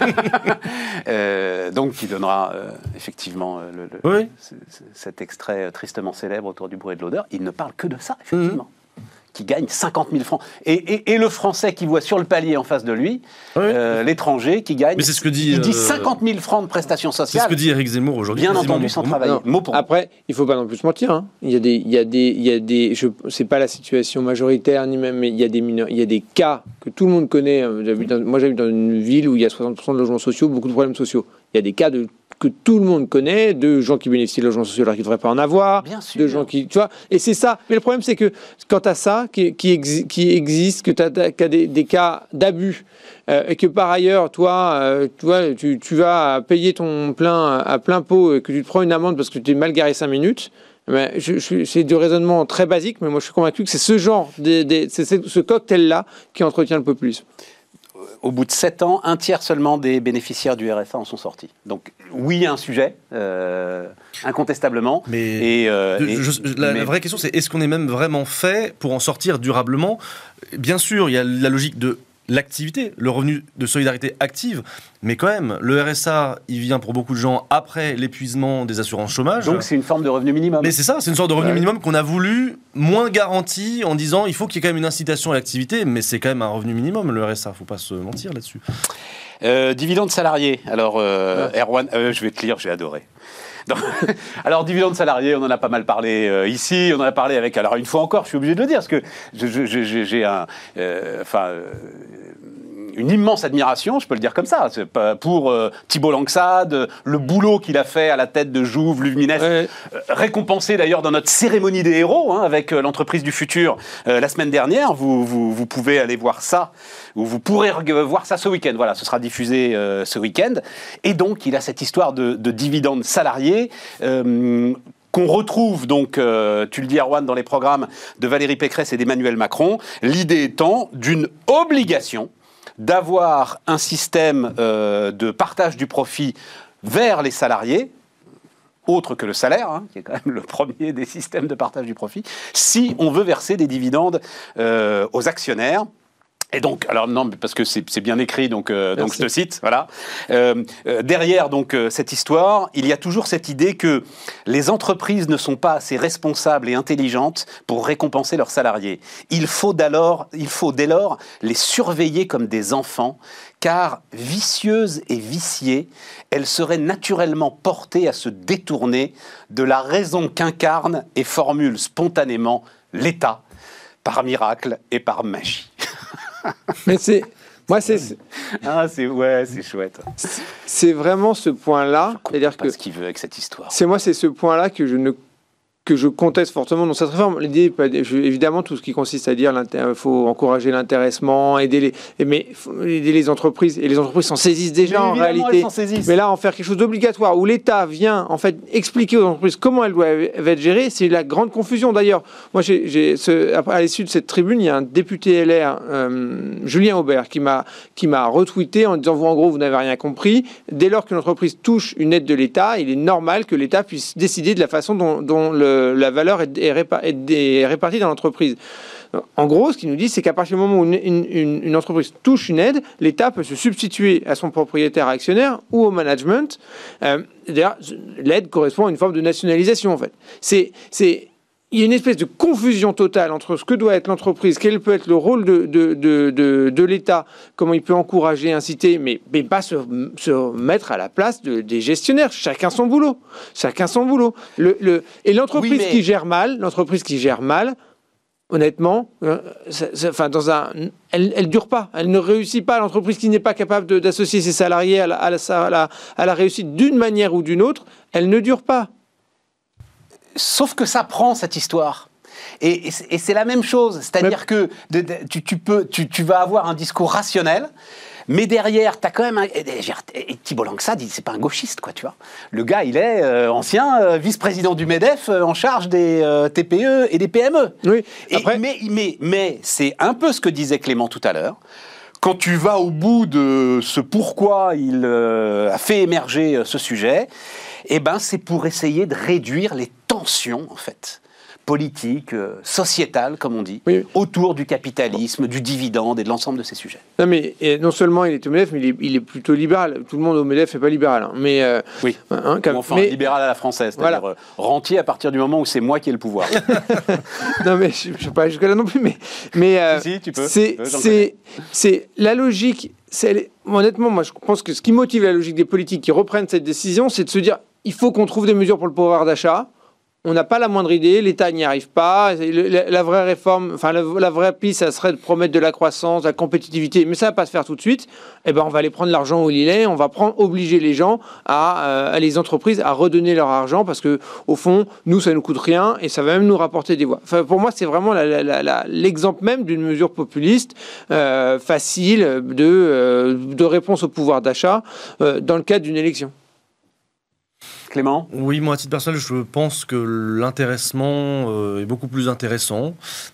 euh, donc, qui donnera euh, effectivement euh, le, le, oui. c- c- cet extrait tristement célèbre autour du bruit et de l'odeur. Il ne parle que de ça, effectivement. Mmh. Qui gagne cinquante mille francs. Et, et, et le Français qui voit sur le palier en face de lui, oui. euh, l'étranger qui gagne. Mais c'est ce que dit, il dit euh, cinquante mille francs de prestations sociales. C'est ce que dit Éric Zemmour aujourd'hui. Bien entendu, sans travailler. Non. Mot pour mot. Après, il ne faut pas non plus se mentir. Hein. Il y a des, il y a des, il y a des. Je, c'est pas la situation majoritaire ni même, mais il y a des mineurs, il y a des cas que tout le monde connaît. J'habite dans, moi, j'habite dans une ville où il y a soixante pour cent de logements sociaux, beaucoup de problèmes sociaux. Il y a des cas de que tout le monde connaît, de gens qui bénéficient de logements sociaux alors qu'ils ne devraient pas en avoir, Bien sûr. de gens qui, tu vois, et c'est ça. Mais le problème, c'est que quand tu as ça, qui, qui, exi- qui existe, que tu as des, des cas d'abus, euh, et que par ailleurs, toi, euh, tu, vois, tu, tu vas payer ton plein à plein pot et que tu te prends une amende parce que tu t'es mal garé cinq minutes, ben, je, je, c'est du raisonnement très basique, mais moi je suis convaincu que c'est ce genre, de, de, c'est ce cocktail-là qui entretient le populisme. Au bout de sept ans, un tiers seulement des bénéficiaires du R S A en sont sortis. Donc oui, il y a un sujet, euh, incontestablement. Mais et, euh, de, et, je, la, mais... la vraie question, c'est est-ce qu'on est même vraiment fait pour en sortir durablement ? Bien sûr, il y a la logique de l'activité, le revenu de solidarité active, mais quand même, le R S A, il vient pour beaucoup de gens après l'épuisement des assurances chômage. Donc c'est une forme de revenu minimum. Mais c'est ça, c'est une sorte de revenu ouais. minimum qu'on a voulu moins garanti en disant il faut qu'il y ait quand même une incitation à l'activité, mais c'est quand même un revenu minimum, le R S A, faut pas se mentir là-dessus. Euh, dividende salarié, alors euh, ouais. Erwan, euh, je vais te lire, j'ai adoré. Donc, alors, dividende salarié, on en a pas mal parlé euh, ici, on en a parlé avec... Alors, une fois encore, je suis obligé de le dire, parce que je, je, je, j'ai un... Euh, enfin... Euh, une immense admiration, je peux le dire comme ça, pour euh, Thibault Langsade, le boulot qu'il a fait à la tête de Jouve, Lumines, ouais. euh, récompensé d'ailleurs dans notre cérémonie des héros, hein, avec euh, l'entreprise du futur euh, la semaine dernière. Vous, vous, vous pouvez aller voir ça, ou vous pourrez voir ça ce week-end. Voilà, ce sera diffusé euh, ce week-end. Et donc, il a cette histoire de, de dividende salarié. Euh, qu'on retrouve donc, euh, tu le dis Erwan, dans les programmes de Valérie Pécresse et d'Emmanuel Macron, l'idée étant d'une obligation d'avoir un système euh, de partage du profit vers les salariés, autre que le salaire, hein, qui est quand même le premier des systèmes de partage du profit, si on veut verser des dividendes euh, aux actionnaires. Et donc, alors non, parce que c'est, c'est bien écrit, donc, euh, donc je te cite, voilà. Euh, euh, derrière donc euh, cette histoire, il y a toujours cette idée que les entreprises ne sont pas assez responsables et intelligentes pour récompenser leurs salariés. Il faut dès lors, il faut dès lors les surveiller comme des enfants, car vicieuses et viciées, elles seraient naturellement portées à se détourner de la raison qu'incarne et formule spontanément l'État, par miracle et par magie. Mais c'est... Moi, c'est... Ah, c'est... Ouais, c'est chouette. C'est, c'est vraiment ce point-là. Je C'est-à-dire pas que... ce qu'il veut avec cette histoire. C'est moi, c'est ce point-là que je ne... que je conteste fortement dans cette réforme. L'idée, évidemment, tout ce qui consiste à dire qu'il faut encourager l'intéressement, aider les, mais aider les entreprises, et les entreprises s'en saisissent déjà mais en réalité. Mais là, en faire quelque chose d'obligatoire, où l'État vient en fait expliquer aux entreprises comment elles doivent être gérées, c'est la grande confusion. D'ailleurs, moi, j'ai, j'ai ce, à l'issue de cette tribune, il y a un député L R, euh, Julien Aubert, qui m'a, qui m'a retweeté en disant, vous, en gros, vous n'avez rien compris. Dès lors qu'une entreprise touche une aide de l'État, il est normal que l'État puisse décider de la façon dont, dont le la valeur est, est, répa- est répartie dans l'entreprise. En gros, ce qu'il nous dit, c'est qu'à partir du moment où une, une, une entreprise touche une aide, l'État peut se substituer à son propriétaire actionnaire ou au management. Euh, d'ailleurs, l'aide correspond à une forme de nationalisation, en fait. C'est... c'est il y a une espèce de confusion totale entre ce que doit être l'entreprise, quel peut être le rôle de, de, de, de, de l'État, comment il peut encourager, inciter, mais, mais pas se, se mettre à la place de, des gestionnaires. Chacun son boulot. Chacun son boulot. Le, le, et l'entreprise oui, mais... qui gère mal, l'entreprise qui gère mal, honnêtement, euh, ça, ça, enfin, dans un, elle ne dure pas. Elle ne réussit pas. L'entreprise qui n'est pas capable de, d'associer ses salariés à la, à, la, à, la, à la réussite d'une manière ou d'une autre, elle ne dure pas. Sauf que ça prend cette histoire. Et, et, et c'est la même chose. C'est-à-dire mais... que de, de, tu, tu, peux, tu, tu vas avoir un discours rationnel, mais derrière, tu as quand même un... Et, et, et Thibault Langsad, c'est pas un gauchiste, quoi, tu vois. Le gars, il est euh, ancien euh, vice-président du MEDEF euh, en charge des euh, T P E et des P M E. Oui. Et, Après... Mais, mais, mais c'est un peu ce que disait Clément tout à l'heure. Quand tu vas au bout de ce pourquoi il euh, a fait émerger ce sujet, eh ben, c'est pour essayer de réduire les tensions, en fait, politiques, euh, sociétales, comme on dit, oui. autour du capitalisme, du dividende et de l'ensemble de ces sujets. Non, mais et non seulement il est au MEDEF, mais il est, il est plutôt libéral. Tout le monde au MEDEF n'est pas libéral. Hein. Mais, euh, oui, hein, comme, enfin, mais, libéral à la française, c'est-à-dire voilà. euh, rentier à partir du moment où c'est moi qui ai le pouvoir. Non, mais je ne suis pas jusque-là non plus, mais... mais euh, si, si, tu peux. C'est, tu peux, c'est, c'est la logique... C'est, honnêtement, moi, je pense que ce qui motive la logique des politiques qui reprennent cette décision, c'est de se dire il faut qu'on trouve des mesures pour le pouvoir d'achat. On n'a pas la moindre idée, l'État n'y arrive pas. La, la vraie réforme, enfin la, la vraie piste, ça serait de promettre de la croissance, de la compétitivité, mais ça ne va pas se faire tout de suite. Eh ben, on va aller prendre l'argent où il est, on va prendre, obliger les gens, à, euh, à les entreprises à redonner leur argent parce que au fond, nous, ça ne nous coûte rien et ça va même nous rapporter des voix. Enfin, pour moi, c'est vraiment la, la, la, la, l'exemple même d'une mesure populiste, euh, facile, de, euh, de réponse au pouvoir d'achat euh, dans le cadre d'une élection. Clément ? Oui, moi, à titre personnel, je pense que l'intéressement euh, est beaucoup plus intéressant.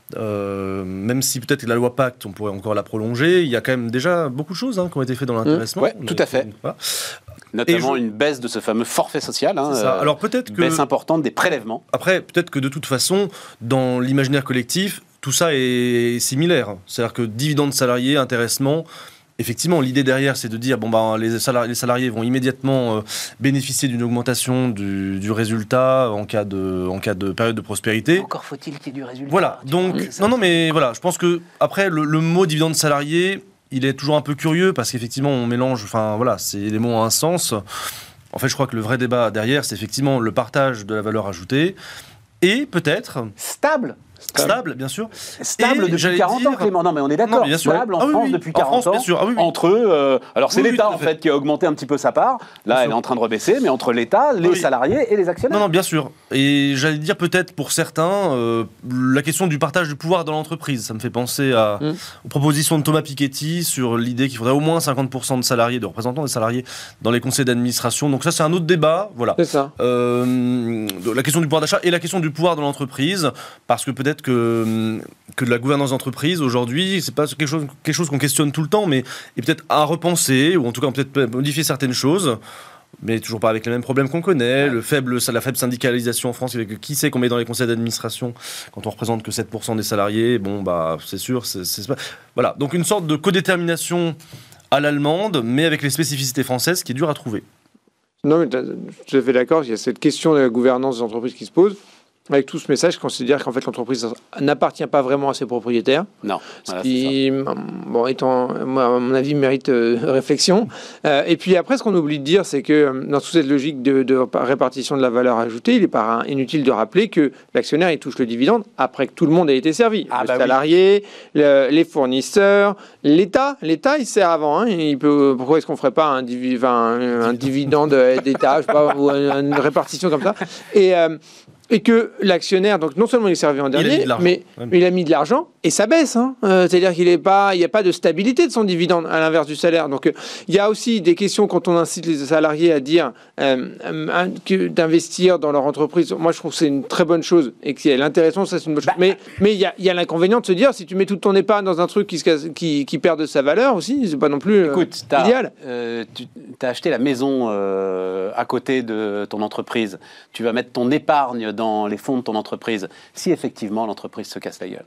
Euh, même si peut-être que la loi Pacte, on pourrait encore la prolonger, il y a quand même déjà beaucoup de choses hein, qui ont été faites dans l'intéressement. Mmh, oui, tout à fait. Voilà. Notamment je... une baisse de ce fameux forfait social. Hein, euh, Alors peut-être une que... baisse importante des prélèvements. Après, peut-être que de toute façon, dans l'imaginaire collectif, tout ça est similaire. C'est-à-dire que dividendes salariés, intéressement... Effectivement, l'idée derrière, c'est de dire bon ben les salariés, les salariés vont immédiatement euh, bénéficier d'une augmentation du, du résultat en cas de en cas de période de prospérité. Encore faut-il qu'il y ait du résultat. Voilà. Donc non non mais voilà, je pense que après le, le mot dividende salarié, il est toujours un peu curieux parce qu'effectivement on mélange. Enfin voilà, c'est les mots ont un sens. En fait, je crois que le vrai débat derrière, c'est effectivement le partage de la valeur ajoutée et peut-être stable. Stable. Stable, bien sûr. Stable et depuis quarante dire... ans, Clément. Non, mais on est d'accord. Non, stable en ah, France oui, oui. depuis quarante en France, ans. Bien sûr. Ah, oui, oui. Entre eux, euh, alors c'est oui, l'État oui, en fait qui a augmenté un petit peu sa part. Là, bien elle sûr. Est en train de rebaisser, mais entre l'État, les oui. salariés et les actionnaires. Non, non, bien sûr. Et j'allais dire peut-être pour certains euh, la question du partage du pouvoir dans l'entreprise. Ça me fait penser à, mm. aux propositions de Thomas Piketty sur l'idée qu'il faudrait au moins cinquante pour cent de salariés, de représentants des salariés dans les conseils d'administration. Donc ça, c'est un autre débat. Voilà. C'est ça. Euh, la question du pouvoir d'achat et la question du pouvoir dans l'entreprise, parce que peut-être que que de la gouvernance d'entreprise aujourd'hui, c'est pas quelque chose, quelque chose qu'on questionne tout le temps, mais est peut-être à repenser, ou en tout cas peut-être modifier certaines choses, mais toujours pas avec les mêmes problèmes qu'on connaît, le faible, la faible syndicalisation en France, qui sait qu'on met dans les conseils d'administration quand on représente que sept pour cent des salariés, bon bah c'est sûr, c'est, c'est pas... Voilà, donc une sorte de codétermination à l'allemande, mais avec les spécificités françaises qui est dur à trouver. Non, mais je suis tout à fait d'accord, il y a cette question de la gouvernance des entreprises qui se pose. Avec tout ce message, considère qu'en fait l'entreprise n'appartient pas vraiment à ses propriétaires. Non. Ce qui, bon, étant, moi, à mon avis, mérite euh, réflexion. Euh, et puis après, ce qu'on oublie de dire, c'est que dans toute cette logique de, de répartition de la valeur ajoutée, il est pas inutile de rappeler que l'actionnaire il touche le dividende après que tout le monde ait été servi. Ah, le bah salarié, oui. le, les fournisseurs, l'État. L'État, il sert avant. Hein, il peut, pourquoi est-ce qu'on ne ferait pas un, divi, un, un dividende d'État, je sais pas, ou une répartition comme ça. Et euh, Et que l'actionnaire, donc non seulement il est servi en dernier, mais ouais. il a mis de l'argent et ça baisse. Hein. Euh, c'est-à-dire qu'il n'est pas, il n'y a pas de stabilité de son dividende à l'inverse du salaire. Donc euh, il y a aussi des questions quand on incite les salariés à dire euh, euh, que d'investir dans leur entreprise. Moi, je trouve que c'est une très bonne chose et que l'intéressant, ça c'est une bonne chose. Bah, mais mais il y a, il y a l'inconvénient de se dire si tu mets toute ton épargne dans un truc qui, se, qui, qui perd de sa valeur aussi, c'est pas non plus euh, Écoute, t'as, idéal. Euh, tu as acheté la maison euh, à côté de ton entreprise. Tu vas mettre ton épargne dans les fonds de ton entreprise, si effectivement l'entreprise se casse la gueule.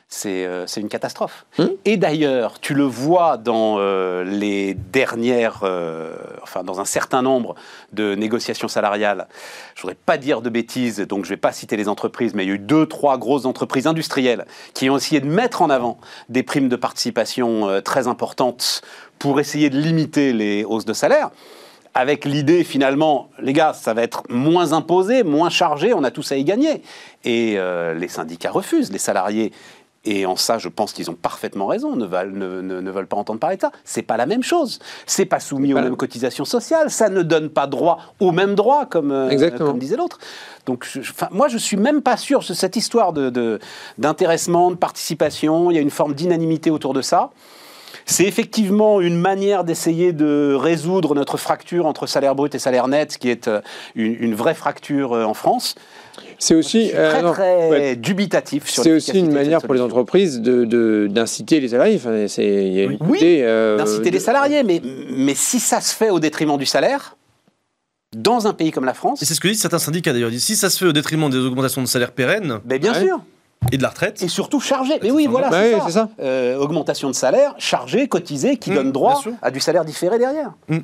C'est, euh, c'est une catastrophe. Mmh. Et d'ailleurs, tu le vois dans euh, les dernières, euh, enfin dans un certain nombre de négociations salariales. Je voudrais pas dire de bêtises, donc je vais pas citer les entreprises, mais il y a eu deux, trois grosses entreprises industrielles qui ont essayé de mettre en avant des primes de participation euh, très importantes pour essayer de limiter les hausses de salaire. Avec l'idée, finalement, les gars, ça va être moins imposé, moins chargé, on a tous à y gagner. Et euh, les syndicats refusent, les salariés. Et en ça, je pense qu'ils ont parfaitement raison, ne veulent, ne, ne, ne veulent pas entendre parler de ça. C'est pas la même chose. C'est pas soumis aux mêmes cotisations sociales. Ça ne donne pas droit aux mêmes droits, comme, euh, comme disait l'autre. Donc, je, je, moi, je suis même pas sûr, cette histoire de, de, d'intéressement, de participation, il y a une forme d'inanimité autour de ça. C'est effectivement une manière d'essayer de résoudre notre fracture entre salaire brut et salaire net, qui est une, une vraie fracture en France. C'est aussi très, euh, non, très ouais. dubitatif sur c'est aussi une manière pour les entreprises de, de, d'inciter les salariés. Enfin, c'est, y a oui, une côté, euh, d'inciter de... les salariés, mais, mais si ça se fait au détriment du salaire, dans un pays comme la France... Et c'est ce que disent certains syndicats d'ailleurs. Si ça se fait au détriment des augmentations de salaire pérennes... Ben bien ouais. sûr. Et de la retraite. Et surtout chargé. Mais oui, voilà, bah c'est, oui, ça. c'est ça. Euh, augmentation de salaire, chargé, cotisé, qui mmh, donne droit à du salaire différé derrière. Mmh.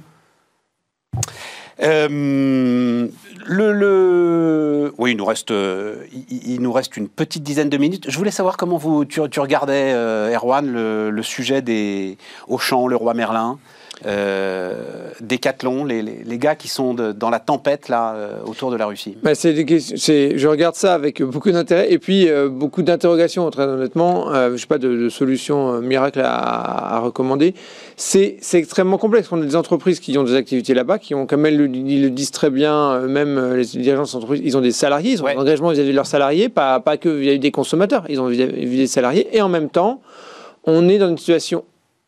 Euh, le, le... Oui, il nous, reste, euh, il, il nous reste une petite dizaine de minutes. Je voulais savoir comment vous, tu, tu regardais, euh, Erwan, le, le sujet des Auchan, le Roi Merlin, euh, Decathlon, les, les, les gars qui sont de, dans la tempête là, euh, autour de la Russie. Bah, c'est des questions, c'est, je regarde ça avec beaucoup d'intérêt et puis euh, beaucoup d'interrogations, très honnêtement. Euh, je n'ai pas de, de solution euh, miracle à, à recommander. C'est, c'est extrêmement complexe. On a des entreprises qui ont des activités là-bas, qui ont, comme elles le, ils le disent très bien, même les dirigeants de entreprises, ils ont des salariés, ils ont ouais. un engagement vis-à-vis de leurs salariés, pas, pas que vis-à-vis des consommateurs, ils ont vis-à-vis des salariés. Et en même temps, on est dans une situation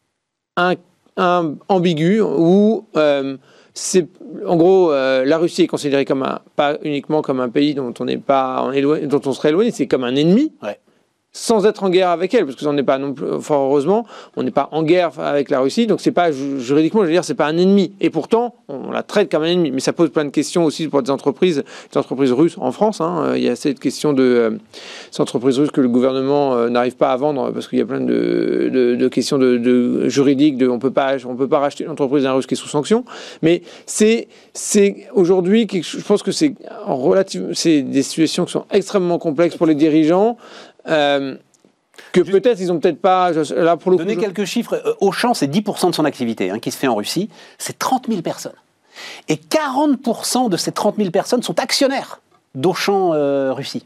un, un, ambiguë où euh, c'est, en gros, euh, la Russie est considérée comme un, pas uniquement comme un pays dont on n'est pas, on est loin, dont on serait éloigné, c'est comme un ennemi. Ouais. Sans être en guerre avec elle, parce que ça n'est pas non plus, fort heureusement, on n'est pas en guerre avec la Russie, donc c'est pas juridiquement, je veux dire, c'est pas un ennemi. Et pourtant, on la traite comme un ennemi. Mais ça pose plein de questions aussi pour des entreprises, des entreprises russes en France. Hein. Il y a cette question de euh, ces entreprises russes que le gouvernement euh, n'arrive pas à vendre parce qu'il y a plein de, de, de questions de, de juridiques. De, on peut pas, on peut pas racheter une entreprise d'un russe qui est sous sanction. Mais c'est, c'est aujourd'hui, je pense que c'est en relative, c'est des situations qui sont extrêmement complexes pour les dirigeants. Euh, que Juste peut-être, ils ont peut-être pas... Là, pour le donner coup, quelques je... chiffres. Euh, Auchan, c'est dix pour cent de son activité hein, qui se fait en Russie. C'est trente mille personnes. Et quarante pour cent de ces trente mille personnes sont actionnaires d'Auchan euh, Russie.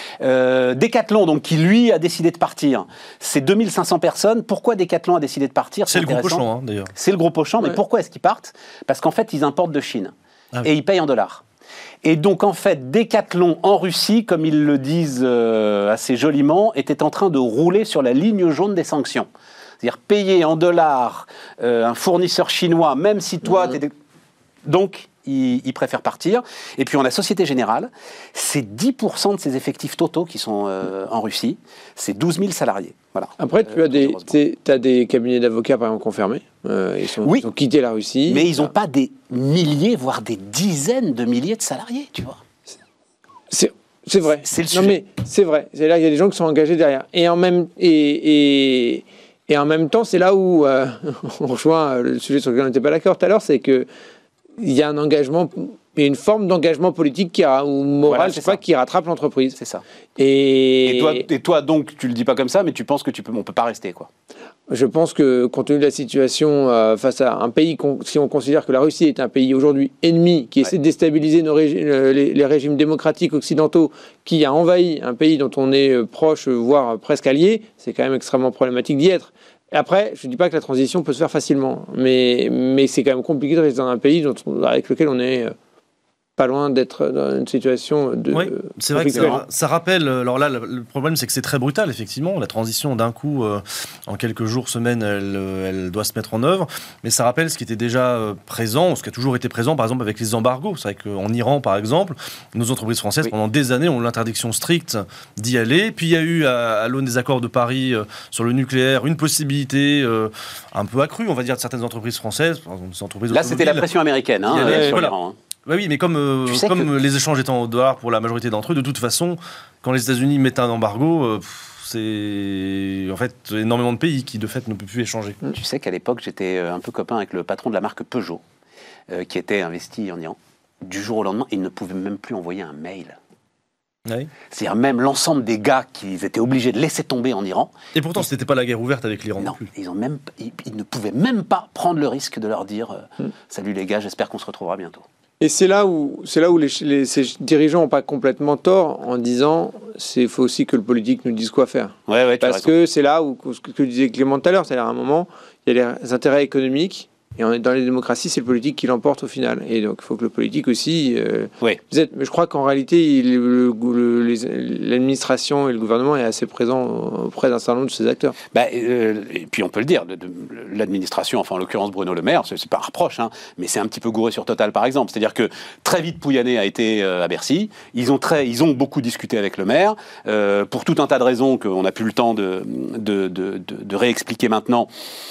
Euh, Decathlon, donc, qui lui a décidé de partir, c'est deux mille cinq cents personnes. Pourquoi Decathlon a décidé de partir? C'est, c'est le groupe Auchan, hein, d'ailleurs. C'est le groupe Auchan, ouais. Mais pourquoi est-ce qu'ils partent? Parce qu'en fait, ils importent de Chine. Ah, oui. Et ils payent en dollars. Et donc, en fait, Decathlon en Russie, comme ils le disent euh, assez joliment, était en train de rouler sur la ligne jaune des sanctions. C'est-à-dire payer en dollars euh, un fournisseur chinois, même si toi... Mmh. T'es... Donc, ils, ils préfèrent partir. Et puis, on a Société Générale. C'est dix pour cent de ses effectifs totaux qui sont euh, en Russie. C'est douze mille salariés. Voilà. Après, tu euh, as des, t'as des cabinets d'avocats, par exemple, confirmés. Euh, ils, sont, oui, ils ont quitté la Russie. Mais ils n'ont pas des milliers, voire des dizaines de milliers de salariés, tu vois. C'est, c'est vrai. C'est le non, sujet. mais c'est vrai. C'est là, il y a des gens qui sont engagés derrière. Et en même, et, et, et en même temps, c'est là où euh, on rejoint le sujet sur lequel on n'était pas d'accord tout à l'heure, c'est que il y a un engagement, et une forme d'engagement politique qui a, ou moral, voilà, je sais pas, qui rattrape l'entreprise. C'est ça. Et... Et, toi, et toi, donc, tu le dis pas comme ça, mais tu penses que tu peux, on peut pas rester, quoi. Je pense que, compte tenu de la situation euh, face à un pays, si on considère que la Russie est un pays aujourd'hui ennemi, qui ouais. essaie de déstabiliser nos régi- les, les régimes démocratiques occidentaux, qui a envahi un pays dont on est proche, voire presque allié, c'est quand même extrêmement problématique d'y être. Après, je ne dis pas que la transition peut se faire facilement, mais, mais c'est quand même compliqué de rester dans un pays dont on, avec lequel on est pas loin d'être dans une situation de... Oui, c'est vrai que ça, ça rappelle... Alors là, le problème, c'est que c'est très brutal, effectivement. La transition, d'un coup, euh, en quelques jours, semaines, elle, elle doit se mettre en œuvre. Mais ça rappelle ce qui était déjà présent, ce qui a toujours été présent, par exemple, avec les embargos. C'est vrai qu'en Iran, par exemple, nos entreprises françaises, oui. pendant des années, ont l'interdiction stricte d'y aller. Puis il y a eu, à, à l'aune des accords de Paris euh, sur le nucléaire, une possibilité euh, un peu accrue, on va dire, de certaines entreprises françaises. Par exemple, des entreprises là, c'était la pression américaine, hein, avait, sur voilà. l'Iran. Hein. Bah oui, mais comme, euh, comme que... les échanges étant au dollar pour la majorité d'entre eux, de toute façon, quand les États-Unis mettent un embargo, euh, c'est en fait énormément de pays qui de fait ne peuvent plus échanger. Tu sais qu'à l'époque, j'étais un peu copain avec le patron de la marque Peugeot, euh, qui était investi en Iran. Du jour au lendemain, il ne pouvait même plus envoyer un mail. Oui. C'est-à-dire même l'ensemble des gars qu'ils étaient obligés de laisser tomber en Iran. Et pourtant, ce n'était pas la guerre ouverte avec l'Iran non, non plus. Ils, ont même, ils, ils ne pouvaient même pas prendre le risque de leur dire euh, mm. « Salut les gars, j'espère qu'on se retrouvera bientôt ». Et c'est là où, c'est là où les, les, ces dirigeants n'ont pas complètement tort en disant il faut aussi que le politique nous dise quoi faire. Ouais, ouais, Parce que c'est là où, ce que disait Clément tout à l'heure, c'est-à-dire à un moment, il y a les intérêts économiques. Et on est dans les démocraties, c'est le politique qui l'emporte au final. Et donc, il faut que le politique aussi... Euh, oui. Mais je crois qu'en réalité, il, le, le, les, l'administration et le gouvernement est assez présent auprès d'un certain nombre de ces acteurs. Bah, euh, et puis, on peut le dire, de, de, l'administration, enfin en l'occurrence Bruno Le Maire, c'est, c'est pas un reproche, hein, mais c'est un petit peu gouré sur Total, par exemple. C'est-à-dire que très vite, Pouyanné a été euh, à Bercy. Ils ont, très, ils ont beaucoup discuté avec le maire. Euh, pour tout un tas de raisons qu'on n'a plus le temps de, de, de, de, de réexpliquer maintenant.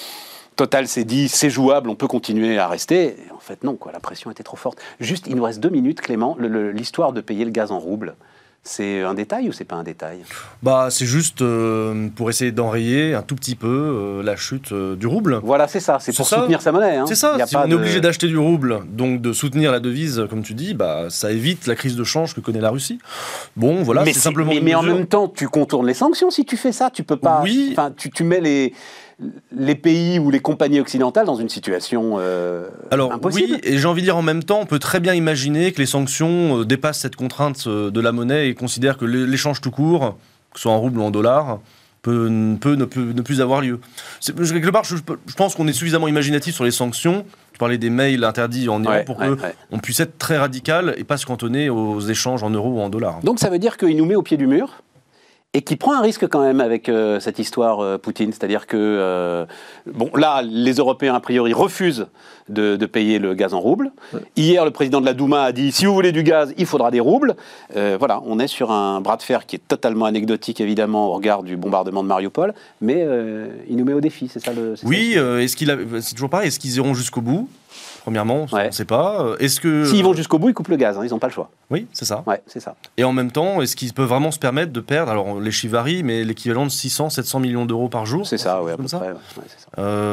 Total s'est dit, c'est jouable, on peut continuer à rester. Et en fait, non, quoi, la pression était trop forte. Juste, il nous reste deux minutes, Clément. Le, le, l'histoire de payer le gaz en roubles, c'est un détail ou c'est pas un détail ? Bah, c'est juste euh, pour essayer d'enrayer un tout petit peu euh, la chute euh, du rouble. Voilà, c'est ça. C'est, c'est pour ça. soutenir sa monnaie. Hein. C'est ça. Y a si pas on de... est obligé d'acheter du rouble, donc de soutenir la devise, comme tu dis, bah, ça évite la crise de change que connaît la Russie. Bon, voilà, mais c'est simplement. Mais, mais en même temps, tu contournes les sanctions si tu fais ça. Tu peux pas. Oui. Enfin, tu, tu mets les. les pays ou les compagnies occidentales dans une situation euh, Alors, impossible. Oui, et j'ai envie de dire en même temps, on peut très bien imaginer que les sanctions euh, dépassent cette contrainte euh, de la monnaie et considèrent que l'échange tout court, que ce soit en rouble ou en dollars, peut, peut, ne, peut ne plus avoir lieu. C'est, quelque part, je, je pense qu'on est suffisamment imaginatif sur les sanctions. Tu parlais des mails interdits en Iran ouais, pour ouais, qu'on ouais. puisse être très radical et pas se cantonner aux échanges en euros ou en dollars. Donc ça veut dire qu'il nous met au pied du mur et qui prend un risque quand même avec euh, cette histoire euh, Poutine, c'est-à-dire que euh, bon là les Européens a priori refusent de, de payer le gaz en roubles. Ouais. Hier le président de la Douma a dit si vous voulez du gaz il faudra des roubles. Euh, voilà, on est sur un bras de fer qui est totalement anecdotique évidemment au regard du bombardement de Mariupol, mais euh, il nous met au défi, c'est ça le. C'est oui, ça, euh, est-ce qu'il a, c'est toujours pareil, est-ce qu'ils iront jusqu'au bout? Premièrement, ouais. on ne sait pas. Est-ce que... S'ils vont jusqu'au bout, ils coupent le gaz, hein, ils n'ont pas le choix. Oui, c'est ça. Ouais, c'est ça. Et en même temps, est-ce qu'ils peuvent vraiment se permettre de perdre, alors les chiffres varient, mais l'équivalent de six cents, sept cents millions d'euros par jour? C'est ça, oui, à peu ça. près. Ouais, ouais, c'est ça.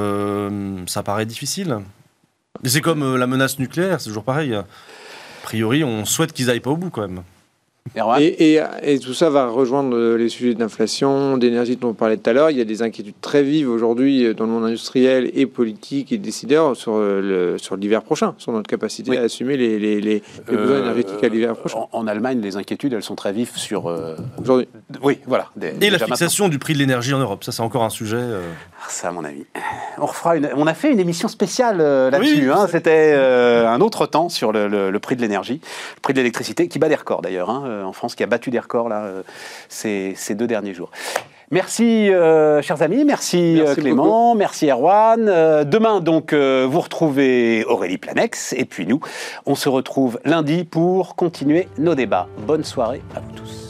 Euh, ça paraît difficile. Mais c'est comme euh, la menace nucléaire, c'est toujours pareil. A priori, on souhaite qu'ils n'aillent pas au bout quand même. Et, et, et tout ça va rejoindre les sujets d'inflation, d'énergie dont on parlait tout à l'heure. Il y a des inquiétudes très vives aujourd'hui dans le monde industriel et politique et décideurs sur, le, sur l'hiver prochain, sur notre capacité oui. à assumer les, les, les, les euh, besoins énergétiques à l'hiver prochain. En, en Allemagne, les inquiétudes, elles sont très vives sur... Euh, aujourd'hui. Oui, voilà. Des, et la fixation maintenant. Du prix de l'énergie en Europe, ça c'est encore un sujet... Euh... Ah, ça, à mon avis. On, refera une, on a fait une émission spéciale euh, là-dessus. Oui, hein, c'était euh, un autre temps sur le, le, le prix de l'énergie, le prix de l'électricité, qui bat des records d'ailleurs, hein, en France, qui a battu des records là, euh, ces, ces deux derniers jours. Merci, euh, chers amis. Merci, merci euh, Clément. Beaucoup. Merci, Erwan. Euh, demain, donc, euh, vous retrouvez Aurélie Planex. Et puis nous, on se retrouve lundi pour continuer nos débats. Bonne soirée à vous tous.